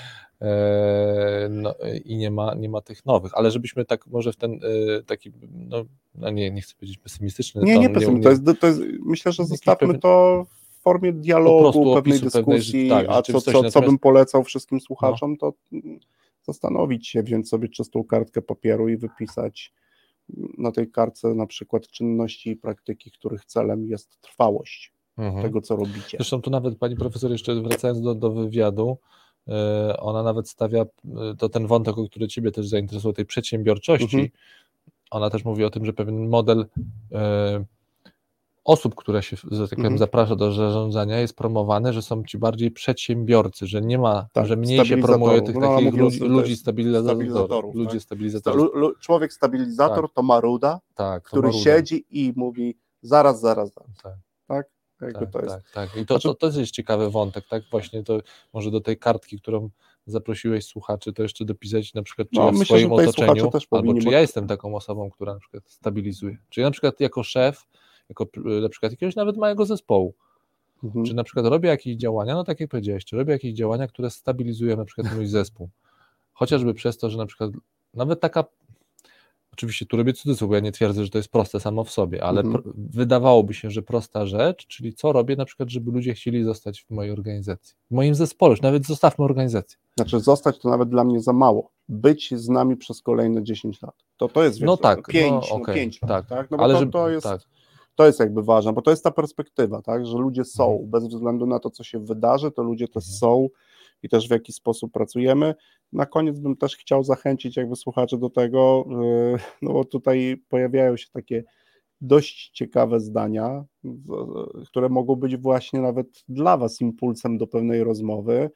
No, i nie ma, nie ma tych nowych, ale żebyśmy tak może w ten taki, no, no nie, nie chcę powiedzieć pesymistyczny. Nie, nie pesymistyczny, to jest, to jest, myślę, że zostawmy pewien, to w formie dialogu, pewnej dyskusji, pewnej, tak, a co, co, natomiast... co bym polecał wszystkim słuchaczom, no. to zastanowić się, wziąć sobie czystą kartkę papieru i wypisać na tej kartce na przykład czynności i praktyki, których celem jest trwałość mhm. tego, co robicie. Zresztą tu nawet pani profesor, jeszcze wracając do, do wywiadu, ona nawet stawia, to ten wątek, o który ciebie też zainteresował, tej przedsiębiorczości, mhm. ona też mówi o tym, że pewien model e, osób, które się, że tak powiem, mhm. zaprasza do zarządzania, jest promowany, że są ci bardziej przedsiębiorcy, że nie ma, tak, że mniej się promuje tych no, takich ludzi, ludzi stabilizatorów. stabilizatorów ludzie tak. stabilizatorów. Lu, lu, człowiek stabilizator tak. to maruda, tak, to który maruda. siedzi i mówi zaraz, zaraz, zaraz. Tak. tak? Tak, to jest. tak, tak. I to, to, to jest ciekawy wątek, tak? Właśnie to może do tej kartki, którą zaprosiłeś słuchaczy, to jeszcze dopisać na przykład, czy no, ja w myślę, swoim otoczeniu, też albo czy ja jestem taką osobą, która na przykład stabilizuje. Czy ja na przykład jako szef, jako na przykład jakiegoś nawet małego zespołu, mhm. czy na przykład robię jakieś działania, no tak jak powiedziałeś, czy robię jakieś działania, które stabilizują na przykład mój zespół. Chociażby przez to, że na przykład nawet taka oczywiście tu robię cudzysłów, bo ja nie twierdzę, że to jest proste samo w sobie, ale mhm. pr- wydawałoby się, że prosta rzecz, czyli co robię na przykład, żeby ludzie chcieli zostać w mojej organizacji, w moim zespole, już nawet zostawmy organizację. Znaczy zostać to nawet dla mnie za mało. Być z nami przez kolejne dziesięć lat. To to jest, wiesz, no tak, pięć, no, okay, no pięć lat, tak. tak? No bo ale to, żeby, to, jest, tak. to jest jakby ważne, bo to jest ta perspektywa, tak, że ludzie są, mhm. bez względu na to, co się wydarzy, to ludzie też mhm. są i też w jaki sposób pracujemy. Na koniec bym też chciał zachęcić jakby słuchaczy do tego, no bo tutaj pojawiają się takie dość ciekawe zdania, które mogą być właśnie nawet dla was impulsem do pewnej rozmowy.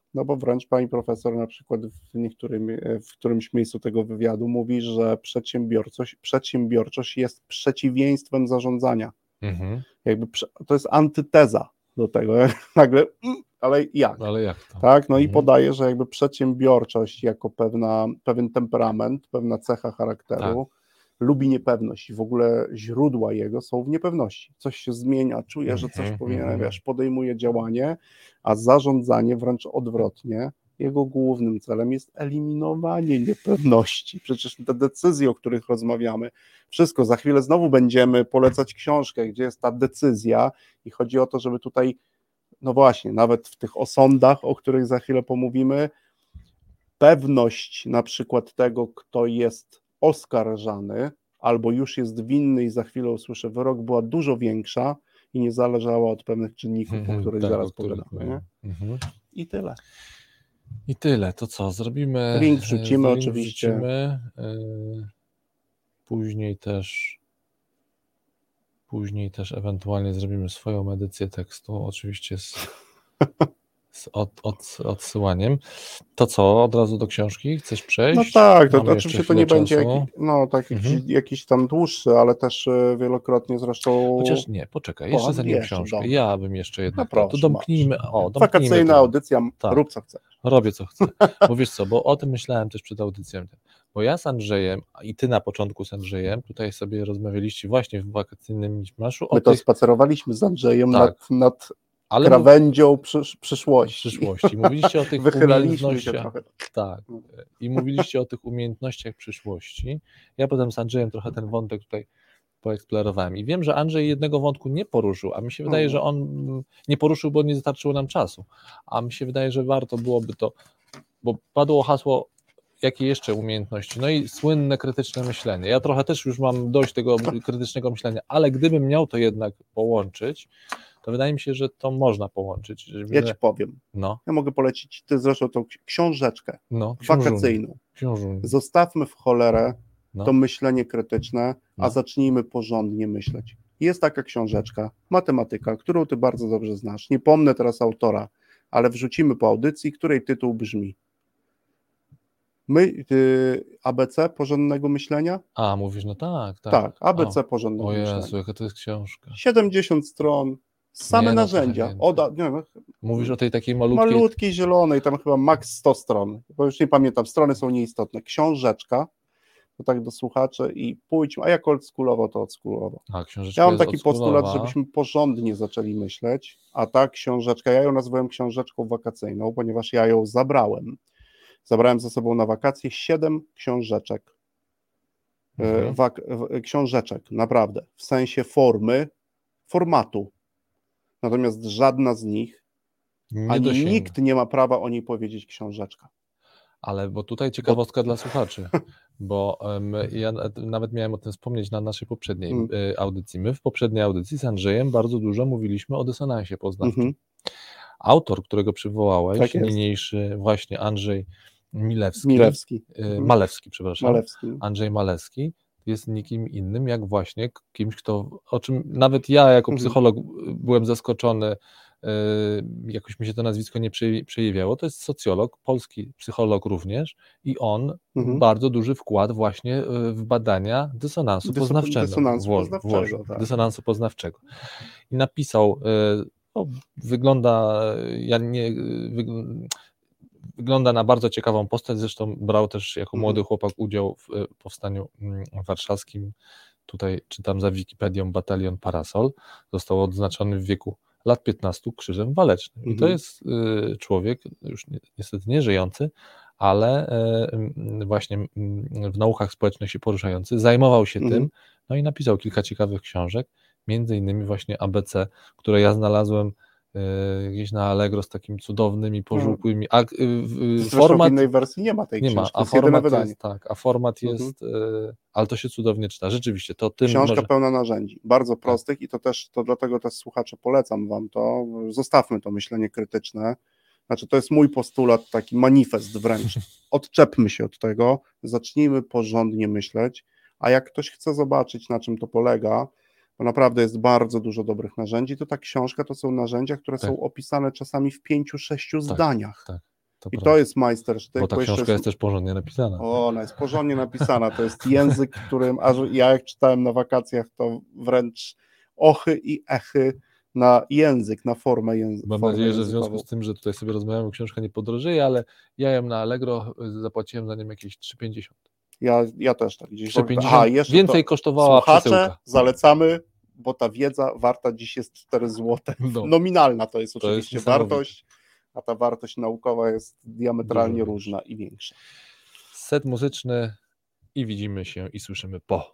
No bo wręcz pani profesor na przykład w niektórym, w którymś miejscu tego wywiadu mówi, że przedsiębiorczość, przedsiębiorczość jest przeciwieństwem zarządzania. Mhm. Jakby to jest antyteza do tego. Nagle, ale jak? Ale jak to? Tak, no mhm. i podaje, że jakby przedsiębiorczość jako pewna, pewien temperament, pewna cecha charakteru, tak. lubi niepewność i w ogóle źródła jego są w niepewności. Coś się zmienia, czuje, że coś mm-hmm, powinien, mm-hmm. wiesz, podejmuje działanie, a zarządzanie wręcz odwrotnie. Jego głównym celem jest eliminowanie niepewności. Przecież te decyzje, o których rozmawiamy, wszystko, za chwilę znowu będziemy polecać książkę, gdzie jest ta decyzja i chodzi o to, żeby tutaj, no właśnie, nawet w tych osądach, o których za chwilę pomówimy, pewność na przykład tego, kto jest oskarżany albo już jest winny i za chwilę usłyszę wyrok, była dużo większa i nie zależała od pewnych czynników, mm-hmm, o których tak, zaraz pogadamy. Mm-hmm. I tyle. I tyle. To co? Zrobimy... Link wrzucimy link oczywiście. Wrzucimy, yy, później też później też ewentualnie zrobimy swoją edycję tekstu, oczywiście z... z od, od, odsyłaniem. To co, od razu do książki? Chcesz przejść? No tak, to, to oczywiście to nie czasu. będzie jak, no, tak, mhm. jakiś, jakiś tam dłuższy, ale też wielokrotnie zresztą... Chociaż nie, poczekaj, jeszcze zanim jeszcze, książkę. Dobra. Ja bym jeszcze jednak... No proszę, to domknijmy, o, domknijmy Wakacyjna to. audycja, tak. Rób co chcesz. Robię co chcę. Bo wiesz co, bo o tym myślałem też przed audycją. Bo ja z Andrzejem, i ty na początku z Andrzejem, tutaj sobie rozmawialiście właśnie w wakacyjnym Miszmaszu. My to tych... spacerowaliśmy z Andrzejem tak. nad... nad... Ale krawędzią mów... przysz, przyszłości. przyszłości. Mówiliście o tych umiejętnościach. Tak. I mówiliście o tych umiejętnościach przyszłości. Ja potem z Andrzejem trochę ten wątek tutaj poeksplorowałem. I wiem, że Andrzej jednego wątku nie poruszył, a mi się wydaje, że on nie poruszył, bo nie starczyło nam czasu. A mi się wydaje, że warto byłoby to, bo padło hasło, jakie jeszcze umiejętności? No i słynne krytyczne myślenie. Ja trochę też już mam dość tego krytycznego myślenia, ale gdybym miał to jednak połączyć, to wydaje mi się, że to można połączyć. Ja ci powiem. No. Ja mogę polecić ty zresztą tą książeczkę no, wakacyjną. Książuń. Zostawmy w cholerę no. to myślenie krytyczne, no. a zacznijmy porządnie myśleć. Jest taka książeczka, matematyka, którą ty bardzo dobrze znasz. Nie pomnę teraz autora, ale wrzucimy po audycji, której tytuł brzmi My, y, A B C porządnego myślenia? A, mówisz, no tak, tak. Tak, A B C o. porządnego o Jezu, myślenia. O Jezu, jaka to jest książka. siedemdziesiąt stron, same nie, no, narzędzia. O, nie, no, mówisz o tej takiej malutkiej... Malutkiej, zielonej, tam chyba maks sto stron, bo już nie pamiętam, strony są nieistotne. Książeczka, to tak do słuchaczy i pójdźmy, a jak oldschoolowo, to oldschoolowo. A, książeczka ja mam taki postulat, żebyśmy porządnie zaczęli myśleć, a ta książeczka, ja ją nazwałem książeczką wakacyjną, ponieważ ja ją zabrałem. Zabrałem ze sobą na wakacje siedem książeczek. Mhm. Wak- książeczek, naprawdę, w sensie formy, formatu. Natomiast żadna z nich, nie ani dosięgna. Nikt nie ma prawa o niej powiedzieć książeczka. Ale bo tutaj ciekawostka bo... dla słuchaczy, bo um, ja nawet miałem o tym wspomnieć na naszej poprzedniej mm. y, audycji. My w poprzedniej audycji z Andrzejem bardzo dużo mówiliśmy o dysonansie poznawczym. Mm-hmm. Autor, którego przywołałeś, tak niniejszy właśnie Andrzej Milewski, Milewski. Y, Malewski, przepraszam, Malewski. Andrzej Malewski jest nikim innym jak właśnie kimś, kto, o czym nawet ja jako psycholog mhm. byłem zaskoczony, yy, jakoś mi się to nazwisko nie przejawiało, to jest socjolog, polski psycholog również i on mhm. bardzo duży wkład właśnie w badania dysonansu Dys- poznawczego. Dysonansu poznawczego, włożył, tak. Dysonansu poznawczego. I napisał, yy, no, wygląda, ja nie... Wygl- Wygląda na bardzo ciekawą postać, zresztą brał też jako młody chłopak udział w powstaniu warszawskim. Tutaj czytam za Wikipedią Batalion Parasol. Został odznaczony w wieku lat piętnastu Krzyżem Walecznym. I to jest y, człowiek, już ni- niestety nie żyjący, ale y, właśnie y, w naukach społecznych się poruszający. Zajmował się mhm. tym, no i napisał kilka ciekawych książek, między innymi właśnie A B C, które ja znalazłem gdzieś na Allegro z takimi cudownymi, pożółkłymi. A, y, format w innej wersji nie ma tej nie książki, ma, a format jest, tak, a format jest, mhm. y, ale to się cudownie czyta. Rzeczywiście, to tym książka może... pełna narzędzi, bardzo prostych tak. i to też, to dlatego też słuchacze polecam wam to, zostawmy to myślenie krytyczne. Znaczy to jest mój postulat, taki manifest wręcz. Odczepmy się od tego, zacznijmy porządnie myśleć, a jak ktoś chce zobaczyć, na czym to polega, bo naprawdę jest bardzo dużo dobrych narzędzi, to ta książka to są narzędzia, które tak. są opisane czasami w pięciu, sześciu tak, zdaniach. Tak. To I prawda. to jest majstersztyk. Bo ta bo jeszcze książka jest też porządnie napisana. O, ona jest porządnie napisana. To jest język, którym aż ja jak czytałem na wakacjach, to wręcz ochy i echy na język, na formę, języ- Mam formę nadzieję, że w językową. związku z tym, że tutaj sobie rozmawiamy, książka nie podrożeje, ale ja ją na Allegro zapłaciłem za nią jakieś trzy pięćdziesiąt. Ja, ja też tak gdzieś. trzy pięćdziesiąt Aha, jeszcze więcej to, kosztowała słuchacze, przesyłka. zalecamy, bo ta wiedza warta dziś jest cztery złote. No. Nominalna to jest To jest oczywiście niesamowite. wartość, a ta wartość naukowa jest diametralnie Dużo różna i większa. Set muzyczny i widzimy się i słyszymy po.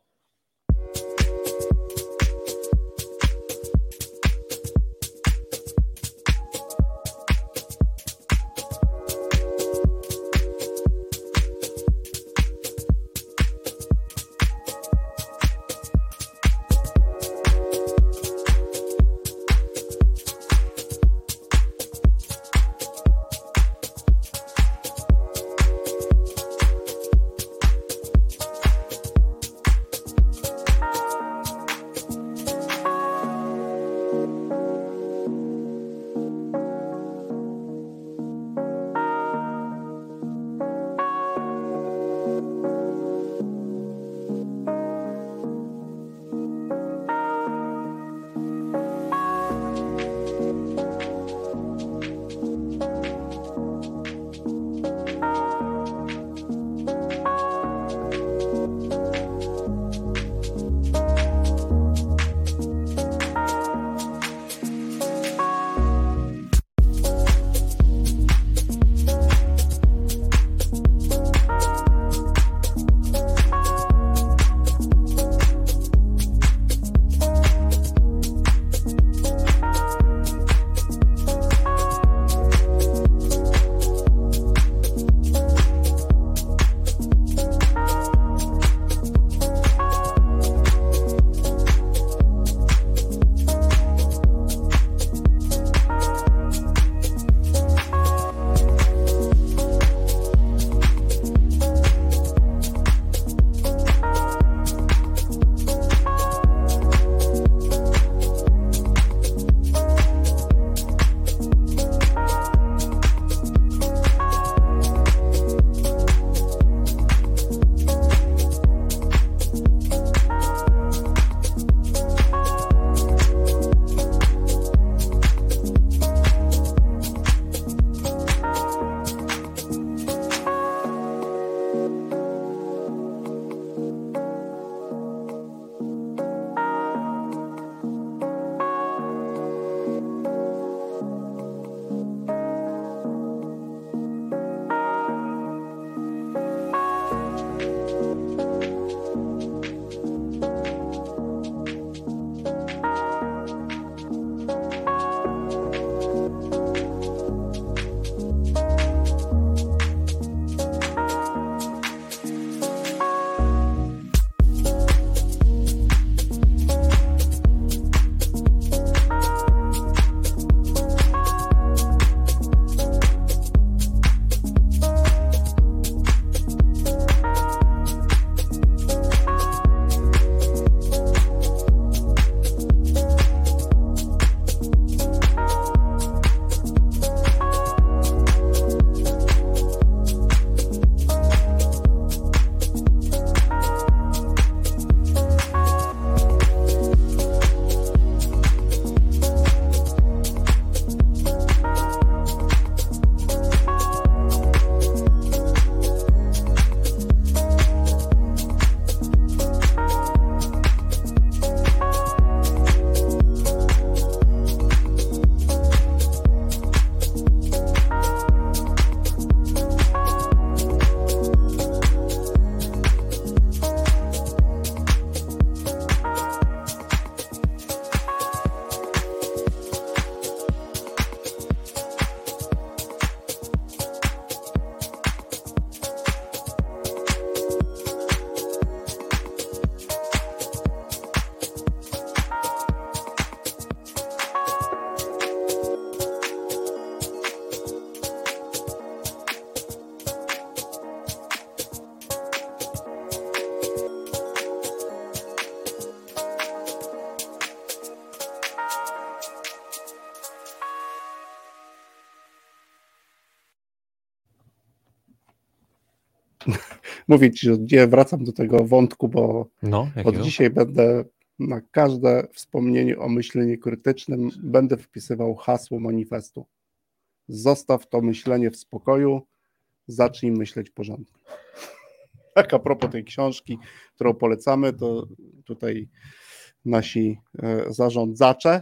mówię ci, że nie wracam do tego wątku, bo No, od jakiego? dzisiaj będę na każde wspomnienie o myśleniu krytycznym będę wpisywał hasło manifestu. Zostaw to myślenie w spokoju, zacznij myśleć porządnie. Tak a propos tej książki, którą polecamy, to tutaj nasi zarządzacze,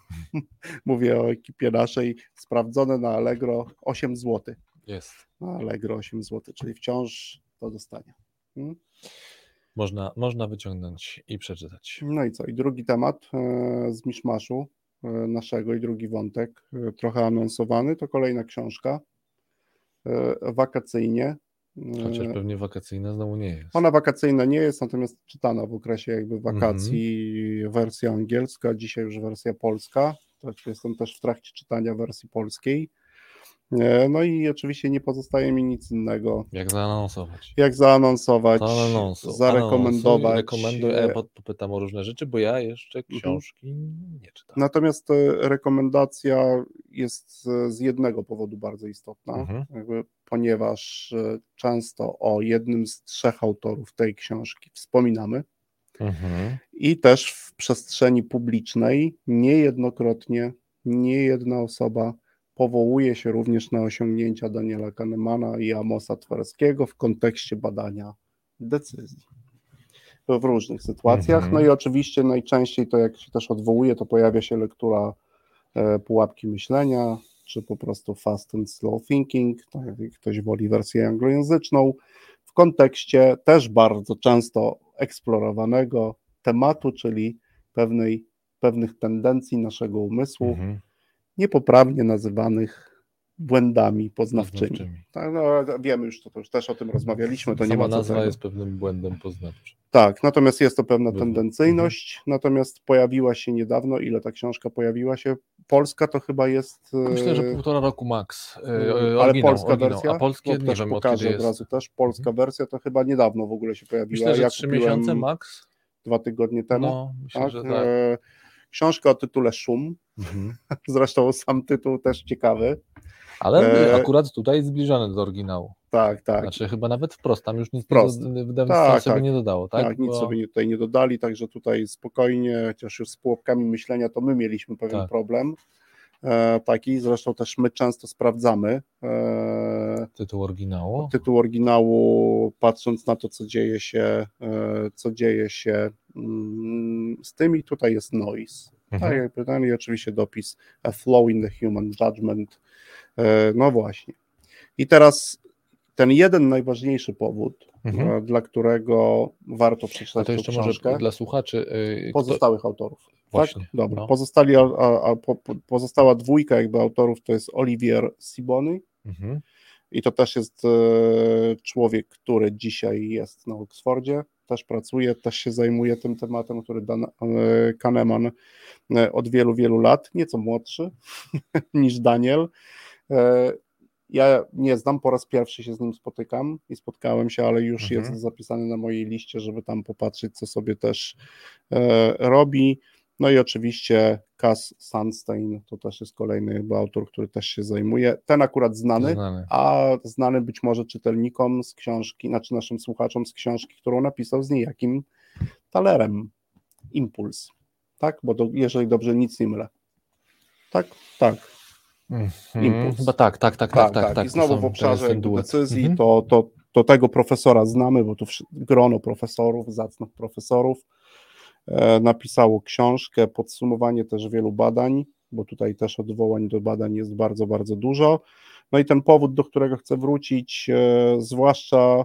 mówię o ekipie naszej, sprawdzone na Allegro osiem złotych. Jest. Na Allegro osiem złotych, czyli wciąż to dostanie. Hmm? Można, można wyciągnąć i przeczytać. No i co? I drugi temat e, z miszmaszu e, naszego i drugi wątek, e, trochę anonsowany, to kolejna książka e, wakacyjnie. Chociaż pewnie wakacyjna znowu nie jest. Ona wakacyjna nie jest, natomiast czytana w okresie jakby wakacji, mm-hmm. wersja angielska, dzisiaj już wersja polska, także jestem też w trakcie czytania wersji polskiej. No i oczywiście nie pozostaje mi nic innego. Jak zaanonsować? Jak zaanonsować, Anonsu, zarekomendować. Rekomenduję, ja popytam o różne rzeczy, bo ja jeszcze książki mm-hmm. nie czytałem. Natomiast rekomendacja jest z jednego powodu bardzo istotna, mm-hmm. jakby, ponieważ często o jednym z trzech autorów tej książki wspominamy mm-hmm. i też w przestrzeni publicznej niejednokrotnie niejedna osoba powołuje się również na osiągnięcia Daniela Kahnemana i Amosa Tversky'ego w kontekście badania decyzji w różnych sytuacjach. Mm-hmm. No i oczywiście najczęściej to, jak się też odwołuje, to pojawia się lektura e, Pułapki myślenia, czy po prostu Fast and Slow Thinking, tak jak ktoś woli wersję anglojęzyczną, w kontekście też bardzo często eksplorowanego tematu, czyli pewnej, pewnych tendencji naszego umysłu, mm-hmm. niepoprawnie nazywanych błędami poznawczymi. poznawczymi. Tak, no, wiemy już, to, to już też o tym rozmawialiśmy. To Sama nie ma co nazwa tego. jest pewnym błędem poznawczym. Tak, natomiast jest to pewna tendencyjność, mhm. natomiast pojawiła się niedawno, ile ta książka pojawiła się? Polska to chyba jest... Myślę, że półtora roku max. Yy, ale polska oryginał. wersja? A polskie no, nie też wiem, pokażę od razu też. Polska mhm. wersja to chyba niedawno w ogóle się pojawiła. Myślę, że ja trzy miesiące max? Dwa tygodnie temu. No, myślę, tak? że tak. Książka o tytule Szum. Mhm. Zresztą sam tytuł też ciekawy. Ale akurat tutaj zbliżony do oryginału. Tak, tak. Znaczy chyba nawet wprost, tam już nic wprost. nie do, wydawnictwo tak, sobie tak. nie dodało, tak? Tak, nic Bo... sobie tutaj nie dodali, także tutaj spokojnie, chociaż już z pułapkami myślenia to my mieliśmy pewien tak. problem e, taki, zresztą też my często sprawdzamy e, tytuł oryginału. Tytuł oryginału, patrząc na to, co dzieje się, e, co dzieje się mm, z tymi, tutaj jest noise. Mhm. Tak, jak pytanie, oczywiście dopis A Flaw in the Human Judgment. E, no właśnie. I teraz ten jeden najważniejszy powód, mhm. dla którego warto przeczytać to jeszcze tę książkę. Może dla słuchaczy yy, pozostałych kto... autorów. Właśnie. Tak? Dobra. No. Pozostali, a, a, po, pozostała dwójka jakby autorów to jest Olivier Sibony mhm. i to też jest e, człowiek, który dzisiaj jest na Oksfordzie, też pracuje, też się zajmuje tym tematem, który Dan, e, Kahneman e, od wielu, wielu lat, nieco młodszy niż Daniel. E, Ja nie znam, po raz pierwszy się z nim spotykam i spotkałem się, ale już mhm. jest zapisany na mojej liście, żeby tam popatrzeć, co sobie też e, robi. No i oczywiście Cass Sunstein, to też jest kolejny chyba autor, który też się zajmuje. Ten akurat znany, znany, a znany być może czytelnikom z książki, znaczy naszym słuchaczom z książki, którą napisał z niejakim Talerem. Impuls. Tak? Bo do, jeżeli dobrze nic nie mylę. Tak? Tak. Mm-hmm. Chyba tak, tak, tak, tak, tak, tak. I znowu są, w obszarze decyzji, mm-hmm. to, to, to tego profesora znamy, bo tu grono profesorów, zacnych profesorów e, napisało książkę, podsumowanie też wielu badań, bo tutaj też odwołań do badań jest bardzo, bardzo dużo. No i ten powód, do którego chcę wrócić, e, zwłaszcza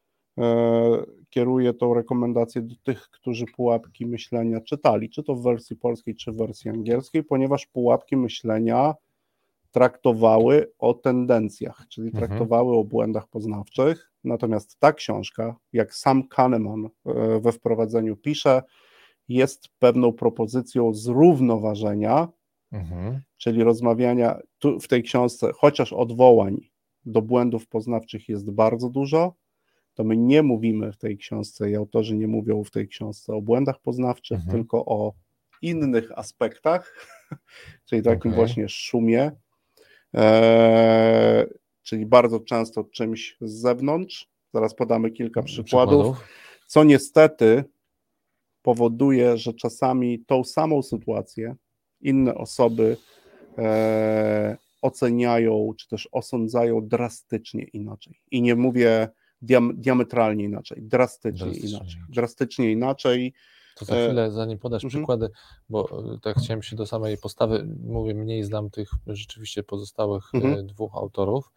e, kieruję tą rekomendację do tych, którzy Pułapki myślenia czytali, czy to w wersji polskiej, czy w wersji angielskiej, ponieważ Pułapki myślenia traktowały o tendencjach, czyli mhm. traktowały o błędach poznawczych, natomiast ta książka, jak sam Kahneman we wprowadzeniu pisze, jest pewną propozycją zrównoważenia, mhm. czyli rozmawiania tu w tej książce, chociaż odwołań do błędów poznawczych jest bardzo dużo, to my nie mówimy w tej książce i autorzy nie mówią w tej książce o błędach poznawczych, mhm. tylko o innych aspektach, czyli takim okay. właśnie szumie, Eee, czyli bardzo często czymś z zewnątrz, Zaraz podamy kilka przykładów, przykładów. co niestety powoduje, że czasami tą samą sytuację inne osoby e, oceniają, czy też osądzają drastycznie inaczej. I nie mówię diam, diametralnie inaczej, drastycznie, Drastycznie inaczej. inaczej. Drastycznie inaczej. To za chwilę, zanim podasz Mhm. przykłady, bo tak chciałem się do samej postawy, mówię, mniej znam tych rzeczywiście pozostałych Mhm. dwóch autorów.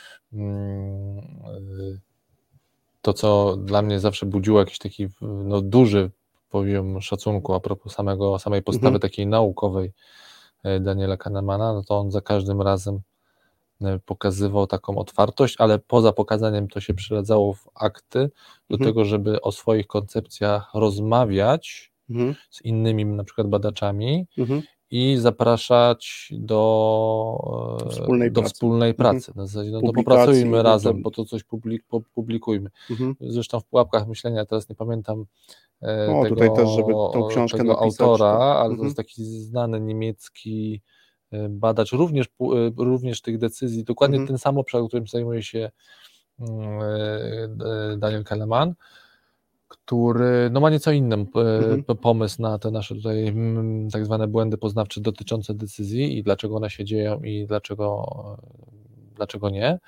Mm, y, To, co dla mnie zawsze budziło jakiś taki no, duży poziom szacunku a propos samego, samej postawy Mhm. takiej naukowej Daniela Kahnemana, no to on za każdym razem pokazywał taką otwartość, ale poza pokazaniem to się przeradzało w akty do Mhm. tego, żeby o swoich koncepcjach rozmawiać Mhm. z innymi na przykład badaczami Mhm. i zapraszać do Wspólnej do pracy. wspólnej Mhm. pracy. Na zasadzie, no to Publikacji, popracujmy no to- razem, po to coś publik, po- publikujmy. Mhm. Zresztą w Pułapkach myślenia, teraz nie pamiętam e, O, tego, tutaj też, żeby tą książkę tego napisać, autora, to- ale to Mhm. jest taki znany niemiecki e, badacz, również, pu- e, również tych decyzji, dokładnie Mhm. ten sam obszar, którym zajmuje się mm, e, Daniel Kahneman, który no, ma nieco inny e, Mhm. p- pomysł na te nasze tutaj mm, tak zwane błędy poznawcze dotyczące decyzji i dlaczego one się dzieją i dlaczego, dlaczego nie.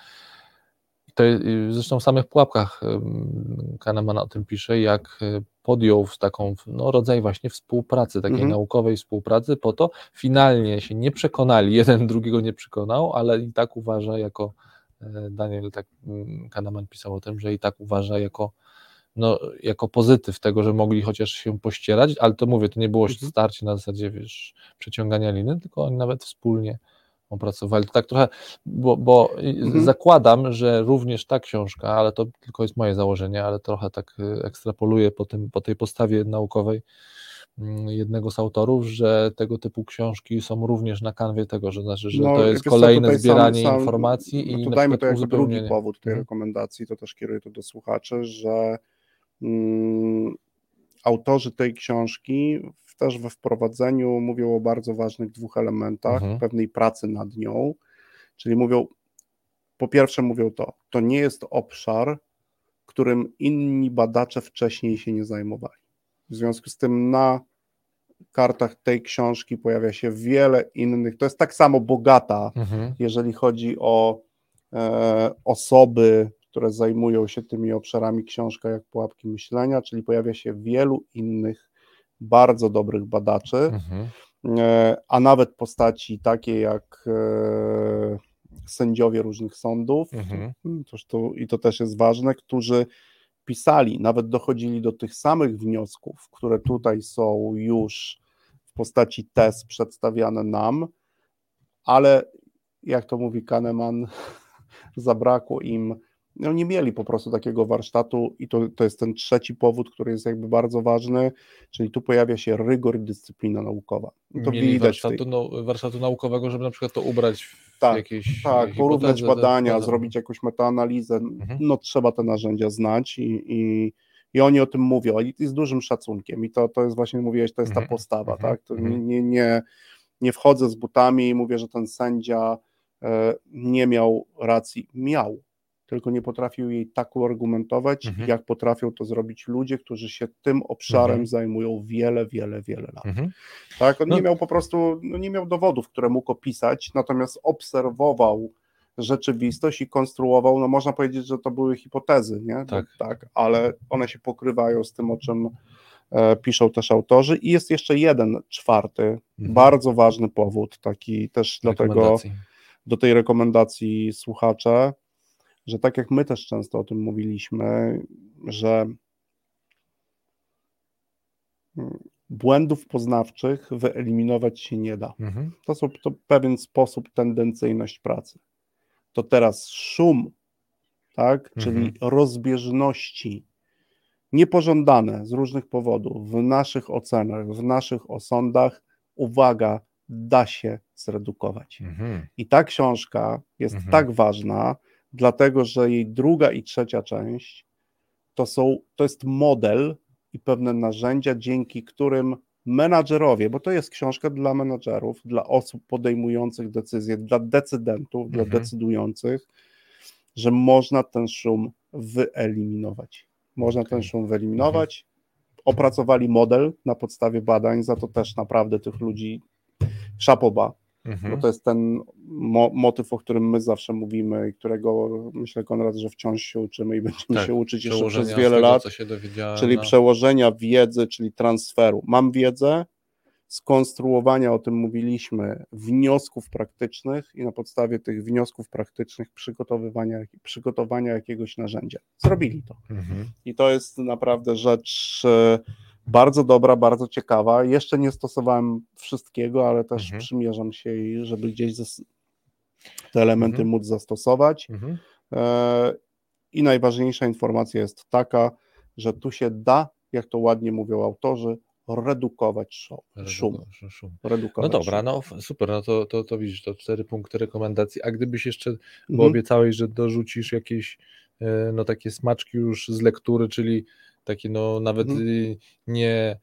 I to jest, zresztą w samych Pułapkach ym, Kahneman o tym pisze, jak y, podjął w taką no, rodzaj właśnie współpracy, takiej Mhm. naukowej współpracy, po to finalnie się nie przekonali, jeden drugiego nie przekonał, ale i tak uważa jako, y, Daniel tak mm, Kahneman pisał o tym, że i tak uważa jako no, jako pozytyw tego, że mogli chociaż się pościerać, ale to mówię, to nie było Mhm. starcie na zasadzie, wiesz, przeciągania liny, tylko oni nawet wspólnie opracowali. To tak trochę, bo, bo Mhm. zakładam, że również ta książka, ale to tylko jest moje założenie, ale trochę tak ekstrapoluję po, tym, po tej postawie naukowej jednego z autorów, że tego typu książki są również na kanwie tego, że znaczy, że No, to jest wiesz co, kolejne tutaj zbieranie sam, sam, informacji no i to na dajmy przykład to jako drugi uzupełnienie. powód tej Mhm. rekomendacji, to też kieruję to do słuchaczy, że mm, autorzy tej książki w, też we wprowadzeniu mówią o bardzo ważnych dwóch elementach, Mhm. pewnej pracy nad nią, czyli mówią, po pierwsze mówią to, to nie jest obszar, którym inni badacze wcześniej się nie zajmowali. W związku z tym na kartach tej książki pojawia się wiele innych, to jest tak samo bogata, Mhm. jeżeli chodzi o e, osoby, które zajmują się tymi obszarami książka jak Pułapki Myślenia, czyli pojawia się wielu innych bardzo dobrych badaczy, Mhm. e, a nawet postaci takie jak e, sędziowie różnych sądów, Mhm. toż to, i to też jest ważne, którzy pisali, nawet dochodzili do tych samych wniosków, które tutaj są już w postaci tez przedstawiane nam, ale jak to mówi Kahneman, zabrakło im, no nie mieli po prostu takiego warsztatu i to, to jest ten trzeci powód, który jest jakby bardzo ważny, czyli tu pojawia się rygor i dyscyplina naukowa. I to Mieli widać w tej... warsztatu, no, warsztatu naukowego, żeby na przykład to ubrać w Tak, jakieś tak, porównać hipotezy, badania, tezy. zrobić jakąś metaanalizę, Mhm. no trzeba te narzędzia znać i, i, i oni o tym mówią i, i z dużym szacunkiem i to, to jest właśnie, mówiłeś, to jest ta Mhm. postawa, Mhm. tak, to nie, Mhm. nie, nie, nie wchodzę z butami i mówię, że ten sędzia e, nie miał racji, miał, tylko nie potrafił jej tak uargumentować, Mhm. jak potrafią to zrobić ludzie, którzy się tym obszarem Mhm. zajmują wiele, wiele, wiele lat. Mhm. Tak, on No- nie miał po prostu, no nie miał dowodów, które mógł opisać, natomiast obserwował rzeczywistość i konstruował, no można powiedzieć, że to były hipotezy, nie? Tak. tak, ale one się pokrywają z tym, o czym e, piszą też autorzy i jest jeszcze jeden, czwarty, Mhm. bardzo ważny powód, taki też dlatego Rekomendacji. do tej rekomendacji słuchacze, że tak jak my też często o tym mówiliśmy, że błędów poznawczych wyeliminować się nie da. Mhm. To są to pewien sposób, tendencyjność pracy. To teraz szum, tak, Mhm. czyli rozbieżności niepożądane z różnych powodów w naszych ocenach, w naszych osądach, uwaga, da się zredukować. Mhm. I ta książka jest Mhm. tak ważna, dlatego że jej druga i trzecia część to są, to jest model i pewne narzędzia, dzięki którym menadżerowie, bo to jest książka dla menadżerów, dla osób podejmujących decyzje, dla decydentów, Mhm. dla decydujących, że można ten szum wyeliminować. Można Okay. ten szum wyeliminować. Opracowali model na podstawie badań, za to też naprawdę tych ludzi szapoba, Mhm. bo to jest ten mo- motyw, o którym my zawsze mówimy i którego myślę, Konrad, że wciąż się uczymy i będziemy tak, się uczyć jeszcze przez z wiele tego, lat, co się dowiedziałem, czyli no. przełożenia wiedzy, czyli transferu. Mam wiedzę, skonstruowania, o tym mówiliśmy, wniosków praktycznych i na podstawie tych wniosków praktycznych przygotowywania, przygotowania jakiegoś narzędzia. Zrobili to. Mhm. I to jest naprawdę rzecz bardzo dobra, bardzo ciekawa. Jeszcze nie stosowałem wszystkiego, ale też mhm. przymierzam się i żeby gdzieś zas- te elementy mhm. móc zastosować. Mhm. E- I najważniejsza informacja jest taka, że tu się da, jak to ładnie mówią autorzy, redukować szum. szum. szum. Redukować No dobra, szum. no super, no to, to, to widzisz, to cztery punkty rekomendacji, a gdybyś jeszcze, bo Mhm. obiecałeś, że dorzucisz jakieś e, no takie smaczki już z lektury, czyli takie no nawet Mhm. y, nie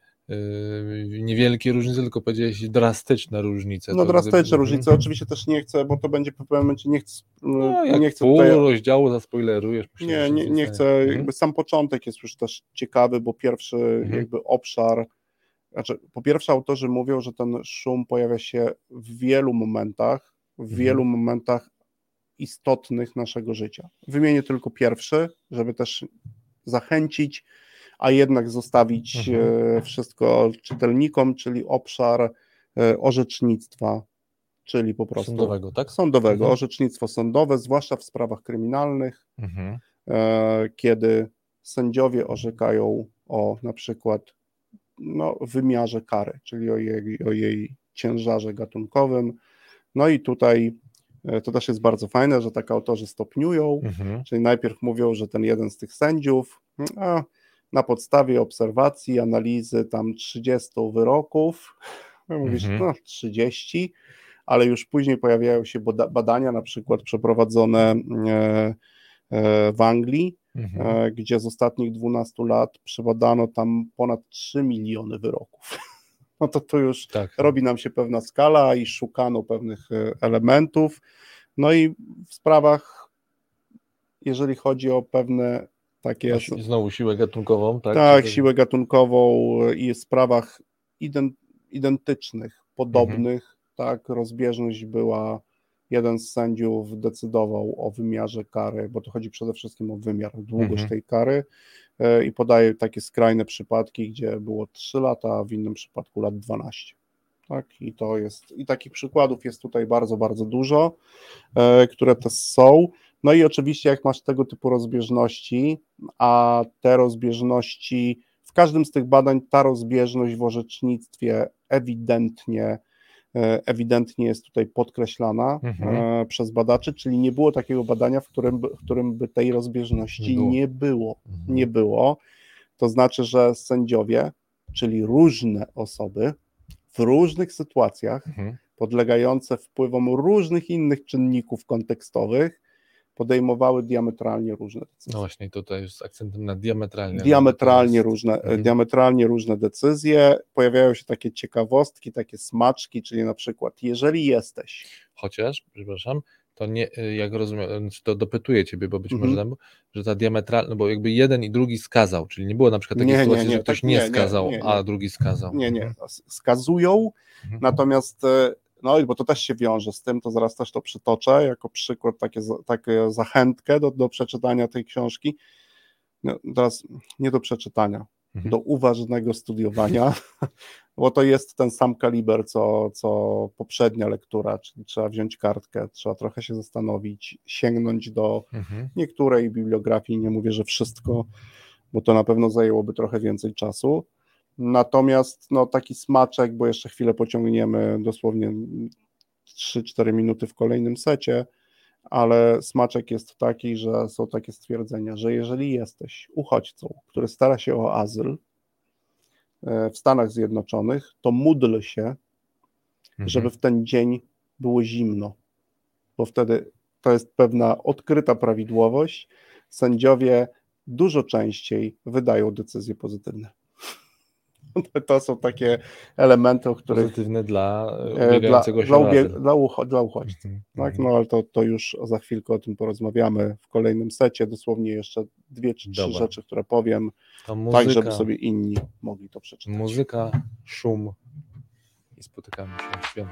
y, niewielkie różnice, tylko powiedziałeś drastyczne różnice. No To drastyczne gdyby, różnice, mhm. oczywiście też nie chcę, bo to będzie w pewnym momencie, nie chcę, No jak nie chcę pół tutaj... rozdziału zaspoilerujesz, myślę, Nie, że nie, nie chcę, mhm. jakby sam początek jest już też ciekawy, bo pierwszy Mhm. jakby obszar, znaczy po pierwsze autorzy mówią, że ten szum pojawia się w wielu momentach, w Mhm. wielu momentach istotnych naszego życia. Wymienię tylko pierwszy, żeby też zachęcić, a jednak zostawić Mhm. e, wszystko czytelnikom, czyli obszar e, orzecznictwa, czyli po prostu Sądowego, tak? sądowego, Mhm. orzecznictwo sądowe, zwłaszcza w sprawach kryminalnych, Mhm. e, kiedy sędziowie orzekają o na przykład no, wymiarze kary, czyli o jej, o jej ciężarze gatunkowym. No i tutaj e, to też jest bardzo fajne, że tak autorzy stopniują, Mhm. czyli najpierw mówią, że ten jeden z tych sędziów a, na podstawie obserwacji, analizy tam trzydziestu wyroków, no mówisz, Mhm. no trzydzieści, ale już później pojawiają się bada- badania, na przykład przeprowadzone e, e, w Anglii, Mhm. e, gdzie z ostatnich dwunastu lat przebadano tam ponad trzy miliony wyroków. No to to już Tak. robi nam się pewna skala i szukano pewnych e, elementów. No i w sprawach, jeżeli chodzi o pewne takie... O, si- znowu siłę gatunkową, tak? Tak, Czy to- siłę gatunkową i w sprawach ident, identycznych, podobnych, tak, rozbieżność była, jeden z sędziów decydował o wymiarze kary, bo to chodzi przede wszystkim o wymiar, długość Mhm. tej kary e, i podaje takie skrajne przypadki, gdzie było trzy lata, a w innym przypadku lat dwanaście. Tak, i to jest, i takich przykładów jest tutaj bardzo, bardzo dużo, e, które też są. No i oczywiście, jak masz tego typu rozbieżności, a te rozbieżności, w każdym z tych badań ta rozbieżność w orzecznictwie ewidentnie, ewidentnie jest tutaj podkreślana Mhm. przez badaczy, czyli nie było takiego badania, w którym by, w którym by tej rozbieżności nie było. Nie było. Mhm. Nie było. To znaczy, że sędziowie, czyli różne osoby w różnych sytuacjach, Mhm. podlegające wpływom różnych innych czynników kontekstowych, podejmowały diametralnie różne decyzje. No właśnie, tutaj jest z akcentem na diametralnie. Diametralnie, jest... różne, mhm. diametralnie różne decyzje. Pojawiają się takie ciekawostki, takie smaczki, czyli na przykład, jeżeli jesteś... Chociaż, przepraszam, to nie, jak rozumiem, to dopytuję Ciebie, bo być Mhm. może tam, że ta diametralna, no bo jakby jeden i drugi skazał, czyli nie było na przykład takiej Nie, nie, sytuacji, nie, że ktoś tak nie, nie, nie, skazał, nie, nie. a drugi skazał. Nie, nie, Mhm. skazują, Mhm. natomiast e, no i bo to też się wiąże z tym, to zaraz też to przytoczę jako przykład, takie, takie zachętkę do, do przeczytania tej książki. No, teraz nie do przeczytania, Mhm. do uważnego studiowania, bo to jest ten sam kaliber, co, co poprzednia lektura, czyli trzeba wziąć kartkę, trzeba trochę się zastanowić, sięgnąć do Mhm. niektórej bibliografii, nie mówię, że wszystko, bo to na pewno zajęłoby trochę więcej czasu. Natomiast no, taki smaczek, bo jeszcze chwilę pociągniemy, dosłownie trzy cztery minuty w kolejnym secie, ale smaczek jest taki, że są takie stwierdzenia, że jeżeli jesteś uchodźcą, który stara się o azyl w Stanach Zjednoczonych, to módl się, mhm. żeby w ten dzień było zimno, bo wtedy to jest pewna odkryta prawidłowość. Sędziowie dużo częściej wydają decyzje pozytywne. To są takie elementy, o których... Pozytywne dla Dla, ubiegającego się dla, o ubieg, azyl. dla, ucho, dla uchodźców. Mhm, Tak? mhm. No ale to, to już za chwilkę o tym porozmawiamy w kolejnym secie. Dosłownie jeszcze dwie czy trzy Dobra. rzeczy, które powiem, To tak żeby muzyka, sobie inni mogli to przeczytać. muzyka, szum i spotykamy się w świąt.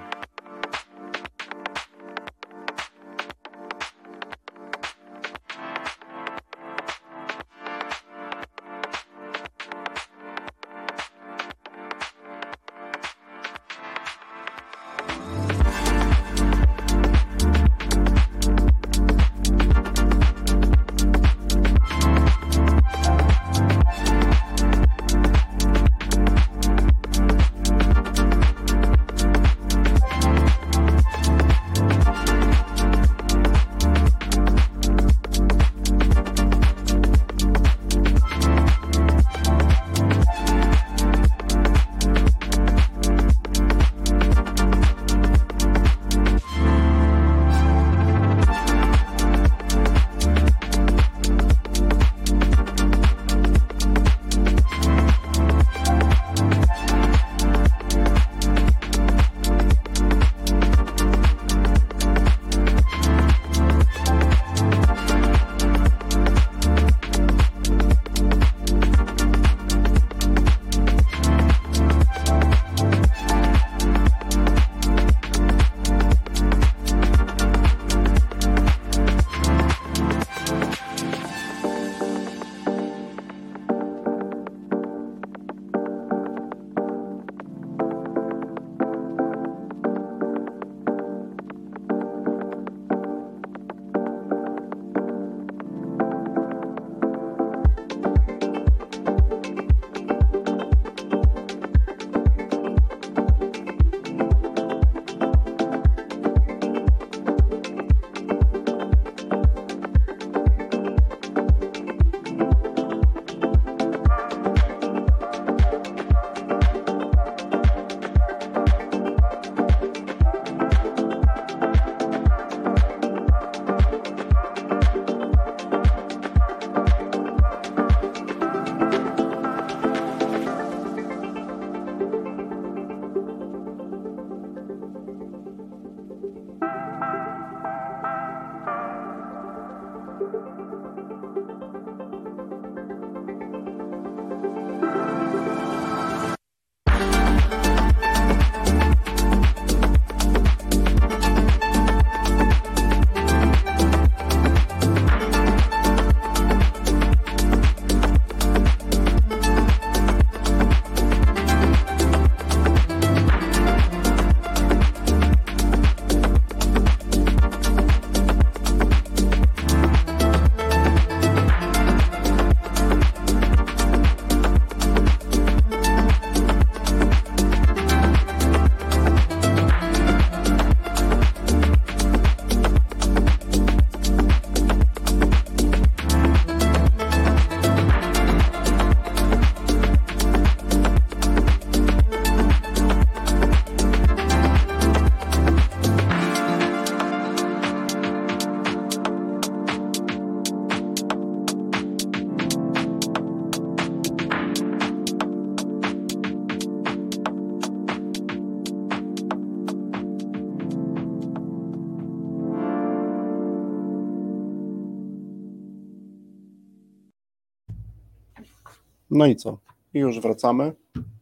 No i co? I już wracamy.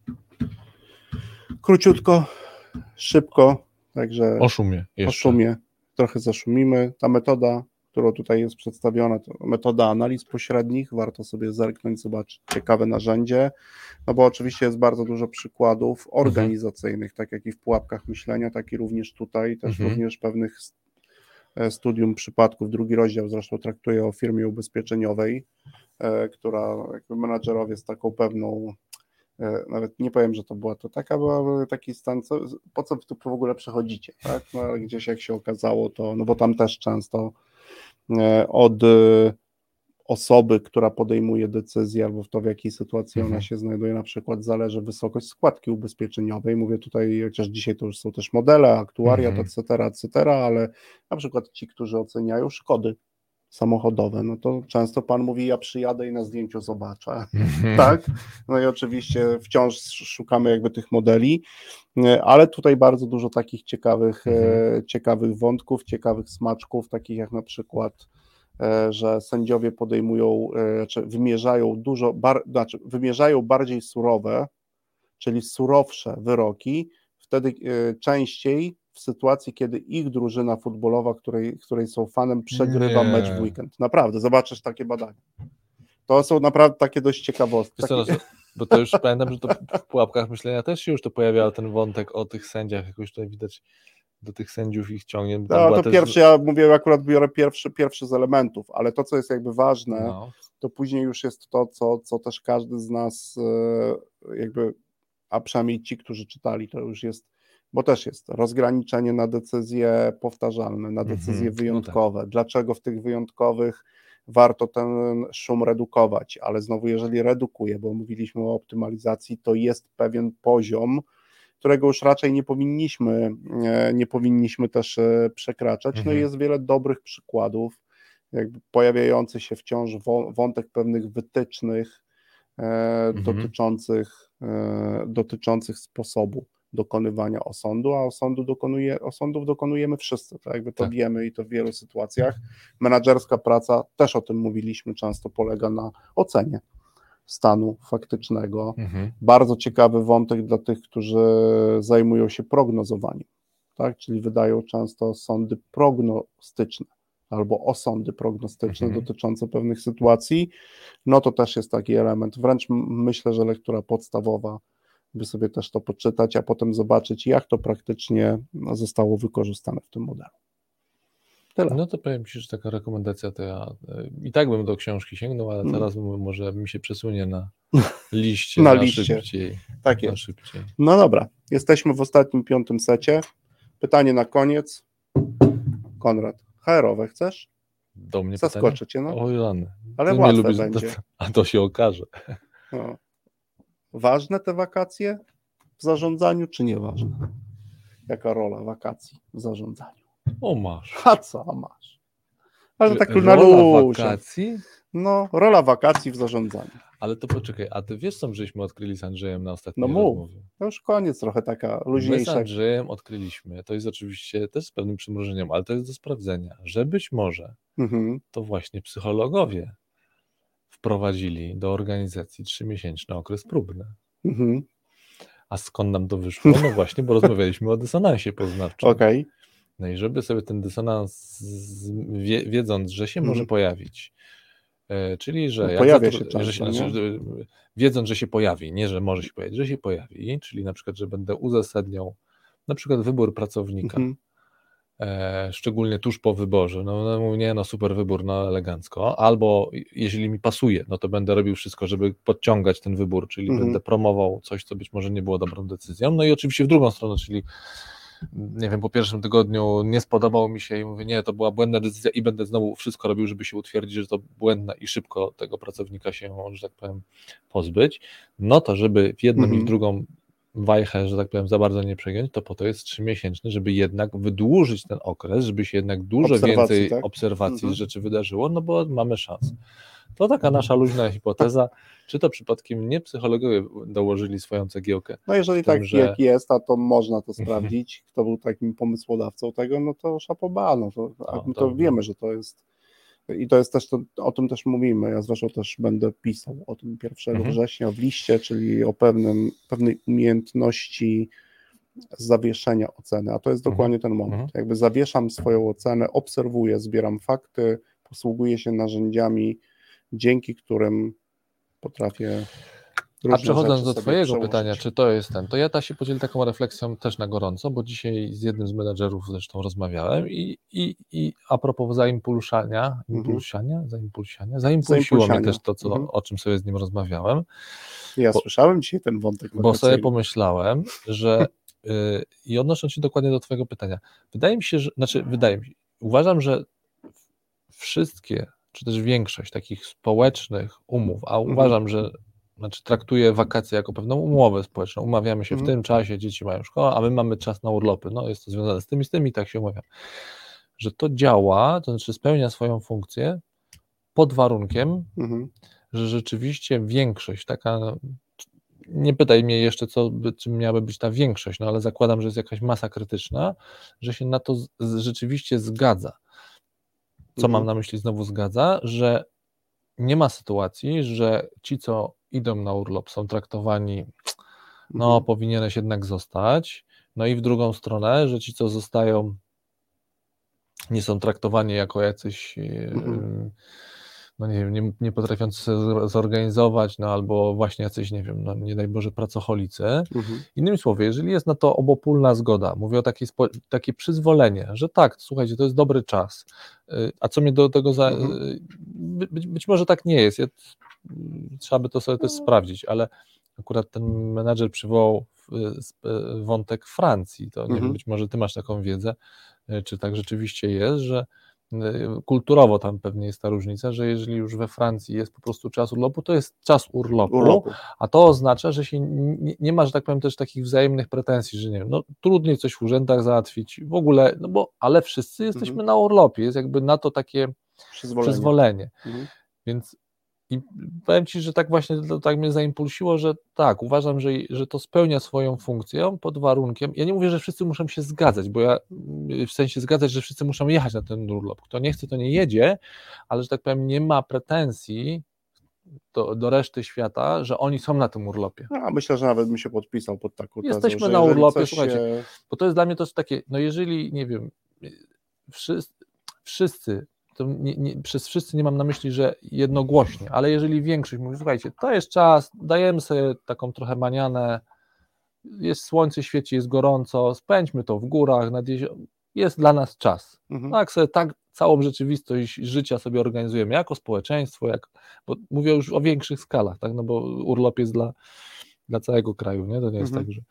Króciutko, szybko, także O szumie jeszcze. o szumie trochę zaszumimy. Ta metoda, która tutaj jest przedstawiona, to metoda analiz pośrednich, warto sobie zerknąć, zobaczyć, ciekawe narzędzie, no bo oczywiście jest bardzo dużo przykładów organizacyjnych, mhm. tak jak i w pułapkach myślenia, tak i również tutaj, też mhm. również pewnych studium przypadków, drugi rozdział zresztą traktuje o firmie ubezpieczeniowej, która jakby menadżerowie z taką pewną, nawet nie powiem, że to była to taka, była taki stan, co, po co tu w ogóle przechodzicie, tak? No, ale gdzieś jak się okazało, to, no bo tam też często od osoby, która podejmuje decyzję albo w to, w jakiej sytuacji mhm. ona się znajduje, na przykład zależy wysokość składki ubezpieczeniowej. Mówię tutaj, chociaż dzisiaj to już są też modele, aktuariat, mhm. et cetera, et cetera, ale na przykład ci, którzy oceniają szkody, samochodowe, no to często pan mówi, ja przyjadę i na zdjęciu zobaczę, tak? No i oczywiście wciąż szukamy jakby tych modeli, ale tutaj bardzo dużo takich ciekawych, mhm. ciekawych wątków, ciekawych smaczków, takich jak na przykład, że sędziowie podejmują, czy wymierzają dużo, bar, znaczy wymierzają bardziej surowe, czyli surowsze wyroki, wtedy częściej w sytuacji, kiedy ich drużyna futbolowa, której, której są fanem, przegrywa nie. mecz w weekend. Naprawdę, zobaczysz takie badania. To są naprawdę takie dość ciekawostki. Co, takie... Bo to już pamiętam, że to w pułapkach myślenia też się już to pojawiał ten wątek o tych sędziach, jakoś tutaj widać do tych sędziów ich ciągnie. No to też... pierwszy, ja mówię, akurat biorę pierwszy, pierwszy z elementów, ale to, co jest jakby ważne, no. to później już jest to, co, co też każdy z nas jakby, a przynajmniej ci, którzy czytali, to już jest, bo też jest rozgraniczenie na decyzje powtarzalne, na decyzje mhm, wyjątkowe. No tak. Dlaczego w tych wyjątkowych warto ten szum redukować, ale znowu jeżeli redukuje, bo mówiliśmy o optymalizacji, to jest pewien poziom, którego już raczej nie powinniśmy, nie powinniśmy też przekraczać. Mhm. No i jest wiele dobrych przykładów, jakby pojawiający się wciąż wątek pewnych wytycznych mhm. dotyczących, dotyczących sposobu dokonywania osądu, a osądu dokonuje, osądów dokonujemy wszyscy, tak jakby to tak. wiemy i to w wielu sytuacjach. Menadżerska praca, też o tym mówiliśmy, często polega na ocenie stanu faktycznego. Mhm. Bardzo ciekawy wątek dla tych, którzy zajmują się prognozowaniem, tak? Czyli wydają często sądy prognostyczne albo osądy prognostyczne mhm. dotyczące pewnych sytuacji, no to też jest taki element, wręcz myślę, że lektura podstawowa, by sobie też to poczytać, a potem zobaczyć, jak to praktycznie zostało wykorzystane w tym modelu. Tyle. No to powiem Ci, że taka rekomendacja to ja i tak bym do książki sięgnął, ale teraz hmm. może mi się przesunie na liście, na, na liście. szybciej. Tak na jest. Szybciej. No dobra, jesteśmy w ostatnim, piątym secie. Pytanie na koniec. Konrad, H R-owe chcesz? Do mnie Zaskoczę Cię, no. O Jany. Ale Ty łatwe lubisz, będzie. A to się okaże. No. Ważne te wakacje w zarządzaniu, czy nieważne? Jaka rola wakacji w zarządzaniu? O masz. A co masz? Ale tak rola na luzie. wakacji? No, rola wakacji w zarządzaniu. Ale to poczekaj, a ty wiesz, co żeśmy odkryli z Andrzejem na ostatniej no mów. rozmowie? To już koniec, trochę taka luźniejsza. My z Andrzejem odkryliśmy, to jest oczywiście też z pewnym przymrużeniem, ale to jest do sprawdzenia, że być może mhm. to właśnie psychologowie wprowadzili do organizacji trzymiesięczny okres próbny. Mhm. A skąd nam to wyszło? No właśnie, bo rozmawialiśmy o dysonansie poznawczym. Okej. Okay. No i żeby sobie ten dysonans, wie, wiedząc, że się mhm. może pojawić, e, czyli że... No, pojawia zatru- się często, że się, znaczy, wiedząc, że się pojawi, nie, że może się pojawić, że się pojawi, czyli na przykład, że będę uzasadniał na przykład wybór pracownika, mhm. e, szczególnie tuż po wyborze, no, no mówię, nie, no super wybór, no elegancko, albo jeśli mi pasuje, no to będę robił wszystko, żeby podciągać ten wybór, czyli mhm. będę promował coś, co być może nie było dobrą decyzją, no i oczywiście w drugą stronę, czyli nie wiem, po pierwszym tygodniu nie spodobało mi się i mówię, nie, to była błędna decyzja i będę znowu wszystko robił, żeby się utwierdzić, że to błędna i szybko tego pracownika się, że tak powiem, pozbyć, no to żeby w jedną mm-hmm. i w drugą wajchę, że tak powiem, za bardzo nie przegiąć, to po to jest trzymiesięczny, żeby jednak wydłużyć ten okres, żeby się jednak dużo obserwacji, więcej tak? obserwacji mm-hmm. rzeczy wydarzyło, no bo mamy szansę. To taka nasza luźna hipoteza, czy to przypadkiem nie psychologowie dołożyli swoją cegiełkę? No jeżeli tym, tak że... jak jest, a to można to sprawdzić, kto był takim pomysłodawcą tego, no to chapeau, no to, no, to, to wiemy, że to jest i to jest też, to, o tym też mówimy, ja zresztą też będę pisał o tym pierwszego mhm. września w liście, czyli o pewnym, pewnej umiejętności zawieszenia oceny, a to jest dokładnie mhm. ten moment, mhm. jakby zawieszam swoją ocenę, obserwuję, zbieram fakty, posługuję się narzędziami, dzięki którym potrafię. A przechodząc do Twojego przełożyć. pytania, czy to jest ten, to ja ta się podzielę taką refleksją też na gorąco, bo dzisiaj z jednym z menedżerów zresztą rozmawiałem i, i, i a propos zaimpulszania, impulsiania, mm-hmm. zaimpulsiania, zaimpulsiło mnie też to, co, mm-hmm. o czym sobie z nim rozmawiałem. Ja bo, słyszałem dzisiaj ten wątek. Bo sobie pomyślałem, że yy, i odnosząc się dokładnie do Twojego pytania, wydaje mi się, że, znaczy wydaje mi się, uważam, że wszystkie czy też większość takich społecznych umów, a mhm. uważam, że znaczy traktuję wakacje jako pewną umowę społeczną, umawiamy się mhm. w tym czasie, dzieci mają szkołę, a my mamy czas na urlopy, no jest to związane z tym i z tym i tak się umawiam, że to działa, to znaczy spełnia swoją funkcję pod warunkiem, Mhm. że rzeczywiście większość taka, nie pytaj mnie jeszcze, co by, czym miałaby być ta większość, no ale zakładam, że jest jakaś masa krytyczna, że się na to z, z, rzeczywiście zgadza. Co Mhm. mam na myśli znowu zgadza, że nie ma sytuacji, że ci, co idą na urlop, są traktowani, no Mhm. powinieneś jednak zostać, no i w drugą stronę, że ci, co zostają, nie są traktowani jako jacyś, Mhm. no nie wiem, nie, nie potrafiący sobie zorganizować, no albo właśnie jacyś, nie wiem, no nie daj Boże, pracocholicy. Mhm. Innymi słowy, jeżeli jest na to obopólna zgoda, mówię o takiej spo, takie przyzwolenie, że tak, słuchajcie, to jest dobry czas, a co mnie do tego za... Mhm. Być, być może tak nie jest, ja, trzeba by to sobie też sprawdzić, ale akurat ten menadżer przywołał wątek Francji, to nie Mhm. wiem, być może ty masz taką wiedzę, czy tak rzeczywiście jest, że kulturowo tam pewnie jest ta różnica, że jeżeli już we Francji jest po prostu czas urlopu, to jest czas urlopu, Urlopu. a to oznacza, że się nie, nie ma, że tak powiem, też takich wzajemnych pretensji, że nie wiem, no trudniej coś w urzędach załatwić, w ogóle, no bo, ale wszyscy jesteśmy Mhm. na urlopie, jest jakby na to takie Przyzwolenie. przyzwolenie, Mhm. więc i powiem Ci, że tak właśnie to tak mnie zaimpulsiło, że tak, uważam, że, że to spełnia swoją funkcję pod warunkiem, ja nie mówię, że wszyscy muszą się zgadzać, bo ja w sensie zgadzać, że wszyscy muszą jechać na ten urlop, kto nie chce, to nie jedzie, ale że tak powiem, nie ma pretensji do, do reszty świata, że oni są na tym urlopie. A myślę, że nawet bym się podpisał pod taką tezą, Jesteśmy że na jeżeli urlopie, coś słuchajcie, się... bo to jest dla mnie też takie, no jeżeli, nie wiem, wszyscy, wszyscy to nie, nie, przez wszyscy nie mam na myśli, że jednogłośnie, ale jeżeli większość mówi, słuchajcie, to jest czas, dajemy sobie taką trochę manianę, jest słońce świeci, jest gorąco, spędźmy to w górach, nad jeziorem, jest dla nas czas. Mhm. Tak sobie tak całą rzeczywistość życia sobie organizujemy jako społeczeństwo, jak, bo mówię już o większych skalach, tak, no bo urlop jest dla, dla całego kraju, nie? To nie jest Mhm. tak, że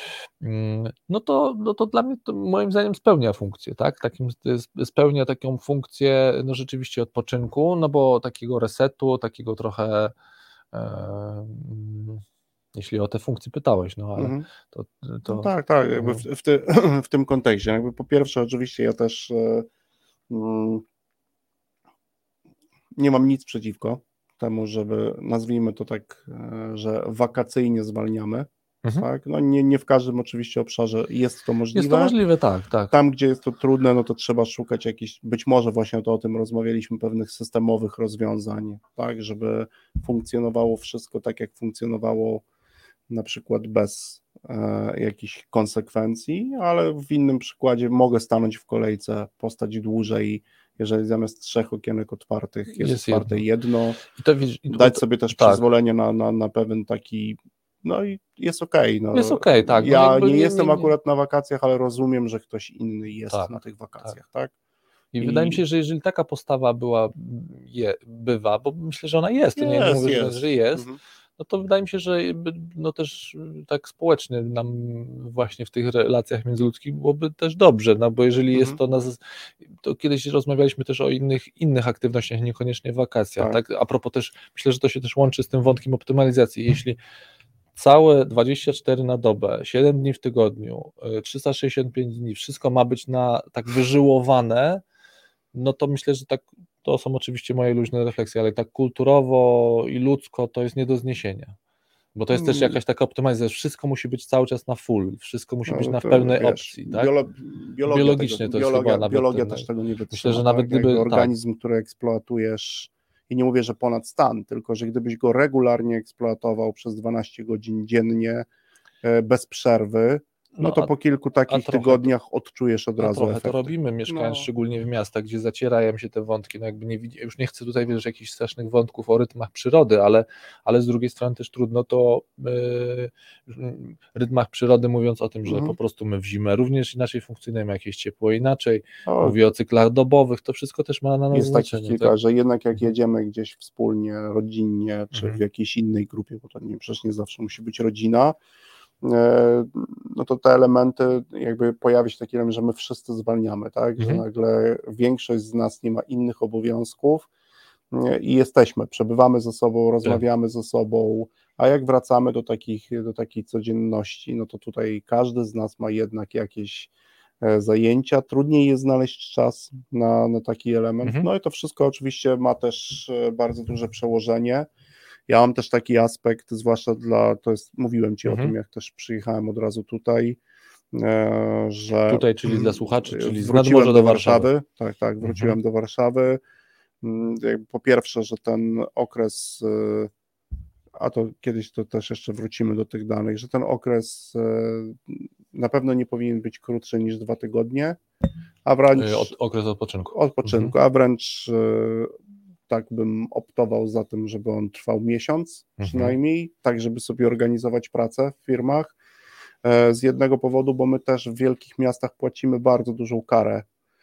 no to, no to dla mnie to moim zdaniem spełnia funkcję, tak, takim, spełnia taką funkcję, no rzeczywiście odpoczynku, no bo takiego resetu, takiego trochę e, jeśli o te funkcje pytałeś, no ale Mhm. to, to... No tak, tak, jakby w, w, ty, w tym kontekście, jakby po pierwsze oczywiście ja też e, mm, nie mam nic przeciwko temu, żeby, nazwijmy to tak, e, że wakacyjnie zwalniamy, Mhm. tak, no nie, nie w każdym oczywiście obszarze jest to możliwe. Jest to możliwe, tak, tak. Tam, gdzie jest to trudne, no to trzeba szukać jakichś, być może właśnie to o tym rozmawialiśmy, pewnych systemowych rozwiązań, tak, żeby funkcjonowało wszystko tak, jak funkcjonowało na przykład bez e, jakichś konsekwencji, ale w innym przykładzie mogę stanąć w kolejce, postać dłużej, jeżeli zamiast trzech okienek otwartych jest, Jest otwarte jedno, jedno I to, widzisz, i dać to, sobie też tak. przyzwolenie na, na, na pewien taki, no i jest okej. Okay, no. Jest okej, okay, tak. No ja jakby nie, nie jestem nie, nie. akurat na wakacjach, ale rozumiem, że ktoś inny jest tak, na tych wakacjach, tak? tak? I, I wydaje mi się, że jeżeli taka postawa była, je, bywa, bo myślę, że ona jest, to jest, nie mówię, jest. Że, że jest, mhm. no to wydaje mi się, że no też tak społecznie nam właśnie w tych relacjach międzyludzkich byłoby też dobrze, no bo jeżeli mhm. jest to, nas, to kiedyś rozmawialiśmy też o innych, innych aktywnościach, niekoniecznie wakacjach, tak. tak? A propos też, myślę, że to się też łączy z tym wątkiem optymalizacji, jeśli całe dwadzieścia cztery na dobę, siedem dni w tygodniu, trzysta sześćdziesiąt pięć dni, wszystko ma być na tak wyżyłowane, no to myślę, że tak, to są oczywiście moje luźne refleksje, ale tak kulturowo i ludzko to jest nie do zniesienia, bo to jest też jakaś taka optymalizacja, wszystko musi być cały czas na full, wszystko musi no, być na to, pełnej wiesz, opcji, tak? Biolo, biologia Biologicznie tego, to jest biologia, chyba nawet biologia ten, też tego nie wytrzyma. Myślę, że nawet tak? gdyby Jakby organizm, tak. który eksploatujesz, i nie mówię, że ponad stan, tylko że gdybyś go regularnie eksploatował przez dwanaście godzin dziennie, bez przerwy, no, no to a, po kilku takich tygodniach to, odczujesz od razu trochę efekty. to robimy, mieszkając no. szczególnie w miastach, gdzie zacierają się te wątki, no jakby nie widzi, już nie chcę tutaj wiedzieć jakichś strasznych wątków o rytmach przyrody, ale, ale z drugiej strony też trudno to yy, rytmach przyrody, mówiąc o tym, że mm. po prostu my w zimę również inaczej funkcjonujemy, jakieś ciepło inaczej, o. mówię o cyklach dobowych, to wszystko też ma na nas jest znaczenie. Jest kilka, tak? że jednak jak jedziemy gdzieś wspólnie, rodzinnie, czy mm. w jakiejś innej grupie, bo to nie, przecież nie zawsze musi być rodzina, no to te elementy, jakby pojawia się taki element, że my wszyscy zwalniamy, tak, mhm. że nagle większość z nas nie ma innych obowiązków i jesteśmy, przebywamy ze sobą, rozmawiamy tak. ze sobą, a jak wracamy do takich, do takiej codzienności, no to tutaj każdy z nas ma jednak jakieś zajęcia, trudniej jest znaleźć czas na, na taki element. Mhm. No i to wszystko oczywiście ma też bardzo duże przełożenie. Ja mam też taki aspekt, zwłaszcza dla, to jest, mówiłem Ci Mhm. o tym, jak też przyjechałem od razu tutaj, że tutaj, czyli dla słuchaczy, czyli z wróciłem nadmorza do do Warszawy. Warszawy, tak, tak, wróciłem Mhm. do Warszawy. Po pierwsze, że ten okres, a to kiedyś to też jeszcze wrócimy do tych danych, że ten okres na pewno nie powinien być krótszy niż dwa tygodnie, a wręcz Od, okres odpoczynku. odpoczynku, Mhm. a wręcz tak bym optował za tym, żeby on trwał miesiąc przynajmniej, mhm. tak żeby sobie organizować pracę w firmach. Z jednego powodu, bo my też w wielkich miastach płacimy bardzo dużą karę.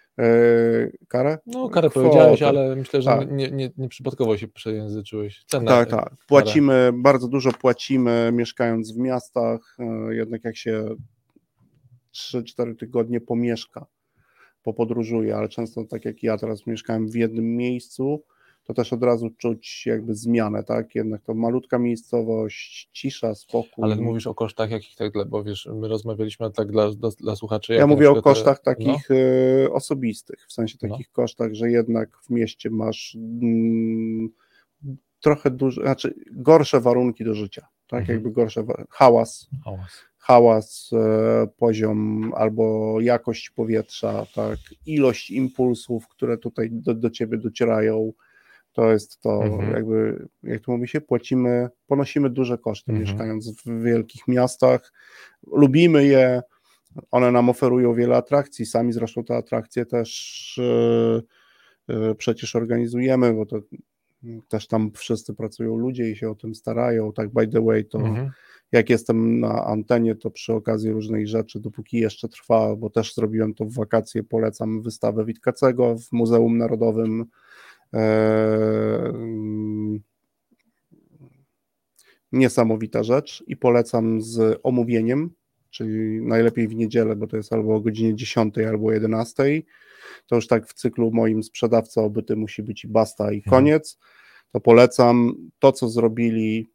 Karę? No, karę Kwotę. powiedziałeś, ale myślę, że tak. nie, nie, nie przypadkowo się przejęzyczyłeś. Cenę, tak, tak. Płacimy, karę. Bardzo dużo płacimy mieszkając w miastach, jednak jak się trzy cztery tygodnie pomieszka, popodróżuje, ale często tak jak ja teraz mieszkałem w jednym miejscu, to też od razu czuć jakby zmianę, tak? Jednak to malutka miejscowość, cisza, spokój. Ale mówisz o kosztach jakich tak, bo wiesz, my rozmawialiśmy tak dla, dla, dla słuchaczy. Ja jak mówię o te, kosztach takich no. y, osobistych, w sensie takich no. kosztach, że jednak w mieście masz mm, trochę duże, znaczy gorsze warunki do życia, tak? Mhm. Jakby gorsze, hałas. Hałas. hałas, e, poziom albo jakość powietrza, tak, ilość impulsów, które tutaj do, do ciebie docierają, to jest to, mhm. jakby, jak to mówi się, płacimy, ponosimy duże koszty, mhm. mieszkając w wielkich miastach, lubimy je, one nam oferują wiele atrakcji, sami zresztą te atrakcje też e, e, przecież organizujemy, bo to też tam wszyscy pracują ludzie i się o tym starają, tak by the way, to mhm. jak jestem na antenie, to przy okazji różnych rzeczy, dopóki jeszcze trwa, bo też zrobiłem to w wakacje, polecam wystawę Witkacego w Muzeum Narodowym. Eee, niesamowita rzecz i polecam z omówieniem, czyli najlepiej w niedzielę, bo to jest albo o godzinie dziesiątej, albo o jedenastej. To już tak w cyklu moim sprzedawca obyty musi być i basta i koniec. To polecam. To, co zrobili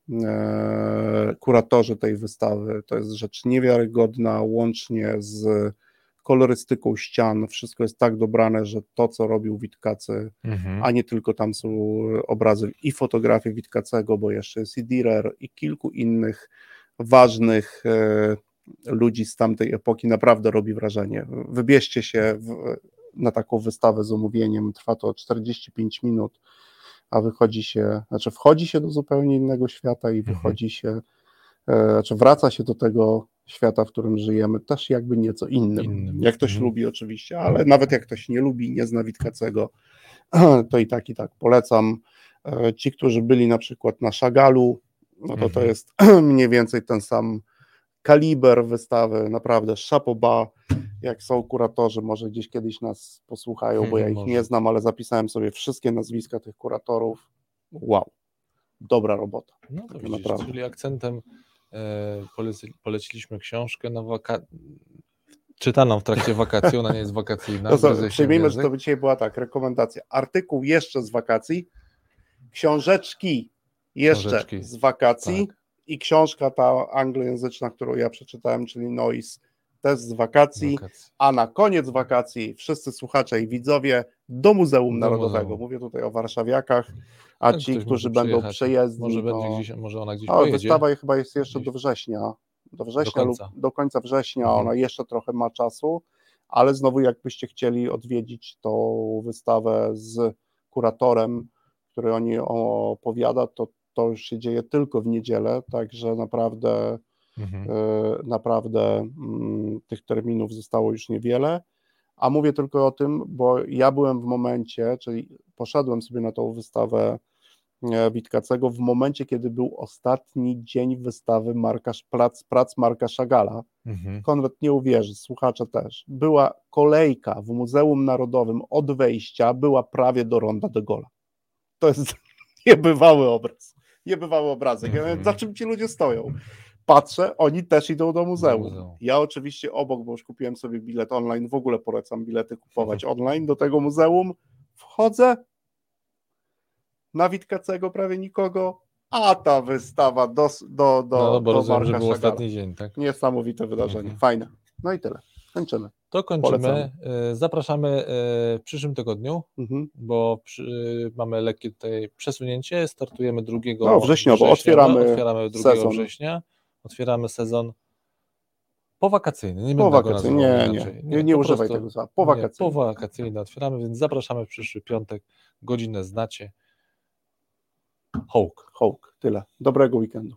e, kuratorzy tej wystawy, to jest rzecz niewiarygodna, łącznie z kolorystyką ścian. Wszystko jest tak dobrane, że to, co robił Witkacy, mhm. a nie tylko tam są obrazy i fotografie Witkacego, bo jeszcze jest i Dürer i kilku innych ważnych e, ludzi z tamtej epoki, naprawdę robi wrażenie. Wybierzcie się w, na taką wystawę z omówieniem, trwa to czterdzieści pięć minut, a wychodzi się, znaczy wchodzi się do zupełnie innego świata i wychodzi się, e, znaczy wraca się do tego świata, w którym żyjemy, też jakby nieco innym. innym. Jak ktoś mhm. lubi oczywiście, ale nawet jak ktoś nie lubi, nie zna Witkacego, to i tak, i tak polecam. E, ci, którzy byli na przykład na Chagalu, no to mhm. to jest mniej więcej ten sam kaliber wystawy, naprawdę chapeau bas, jak są kuratorzy, może gdzieś kiedyś nas posłuchają, bo ja ich nie znam, ale zapisałem sobie wszystkie nazwiska tych kuratorów. Wow, dobra robota. No to widzisz, naprawdę. Czyli akcentem e, poleci, poleciliśmy książkę na waka... czytaną w trakcie wakacji, ona nie jest wakacyjna. To co, przyjmijmy, że to dzisiaj była tak, rekomendacja. Artykuł jeszcze z wakacji, książeczki jeszcze książeczki. z wakacji, tak. I książka ta anglojęzyczna, którą ja przeczytałem, czyli Noise, też z wakacji, wakacji, a na koniec wakacji wszyscy słuchacze i widzowie do Muzeum do Narodowego. Muzeum. Mówię tutaj o warszawiakach, a no, ci, którzy będą przejezdni, może, to... będzie gdzieś, może ona gdzieś o, pojedzie. Wystawa chyba jest jeszcze gdzieś. do września, do września do lub do końca września, mhm. ona jeszcze trochę ma czasu, ale znowu jakbyście chcieli odwiedzić tą wystawę z kuratorem, który o niej opowiada, to to już się dzieje tylko w niedzielę, także naprawdę, mhm. y, naprawdę y, tych terminów zostało już niewiele, a mówię tylko o tym, bo ja byłem w momencie, czyli poszedłem sobie na tą wystawę e, Witkacego w momencie, kiedy był ostatni dzień wystawy Marka, prac, prac Marka Chagalla. Mhm. Konrad nie uwierzy, słuchacze też. Była kolejka w Muzeum Narodowym od wejścia, była prawie do ronda de Gaulle'a. To jest niebywały obraz. Niebywały obrazek. Ja wiem, za czym ci ludzie stoją. Patrzę, oni też idą do muzeum. do muzeum. Ja oczywiście obok, bo już kupiłem sobie bilet online, w ogóle polecam bilety kupować online do tego muzeum. Wchodzę, na Witkacego prawie nikogo, a ta wystawa do, do, do, no, bo do rozumiem, Marka że był Chagalla. ostatni dzień, tak? Niesamowite wydarzenie, mhm. fajne. No i tyle. kończymy. To kończymy. Polecamy. Zapraszamy w przyszłym tygodniu, Mhm. bo przy, mamy lekkie tutaj przesunięcie. Startujemy drugiego No, wrześniowo. Otwieramy, otwieramy drugiego sezon. września. Otwieramy sezon powakacyjny. Nie Po będę go wakacyjny. nazywał Nie, nie, inaczej. nie, nie po używaj prostu- tego słowa. Powakacyjny. Nie, powakacyjny otwieramy, więc zapraszamy w przyszły piątek. Godzinę znacie. Hołk. Hołk. Tyle. Dobrego weekendu.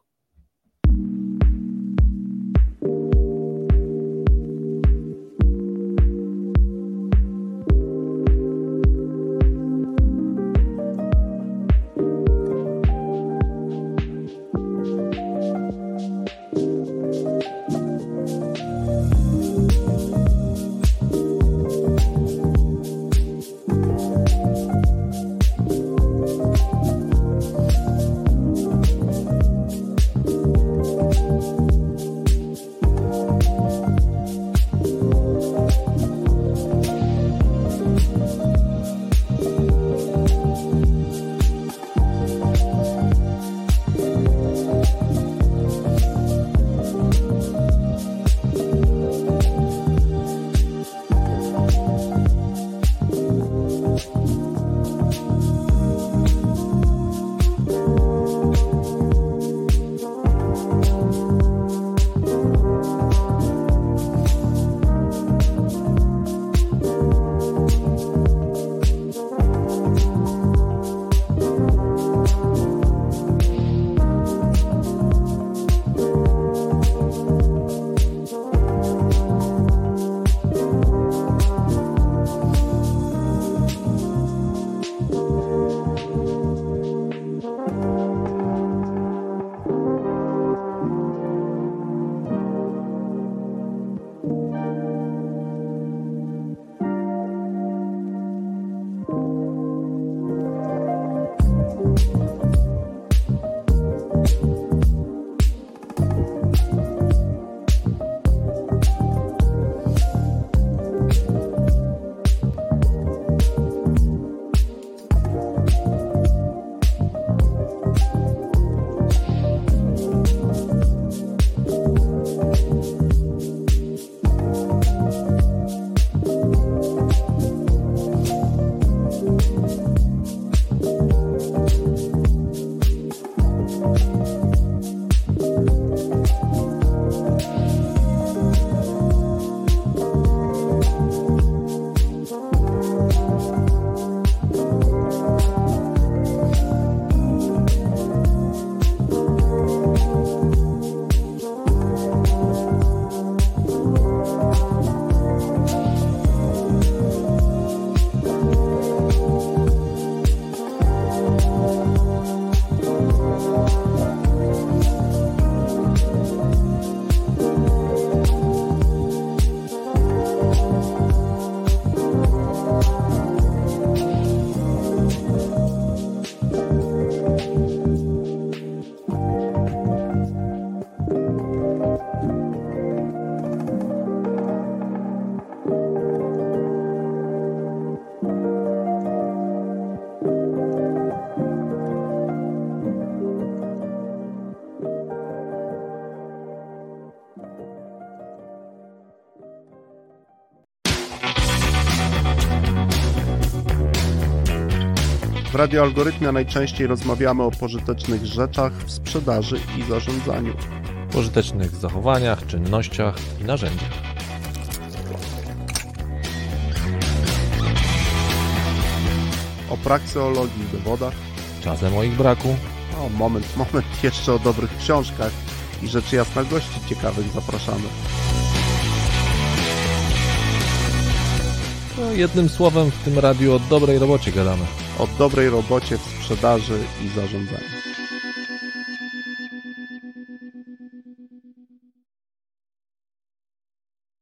W Radio Algorytmia najczęściej rozmawiamy o pożytecznych rzeczach w sprzedaży i zarządzaniu. Pożytecznych zachowaniach, czynnościach i narzędziach. O prakseologii i dowodach. Czasem o ich braku. O, moment, moment, jeszcze o dobrych książkach i rzecz jasna gości ciekawych zapraszamy. No, jednym słowem w tym radiu o dobrej robocie gadamy. O dobrej robocie w sprzedaży i zarządzaniu.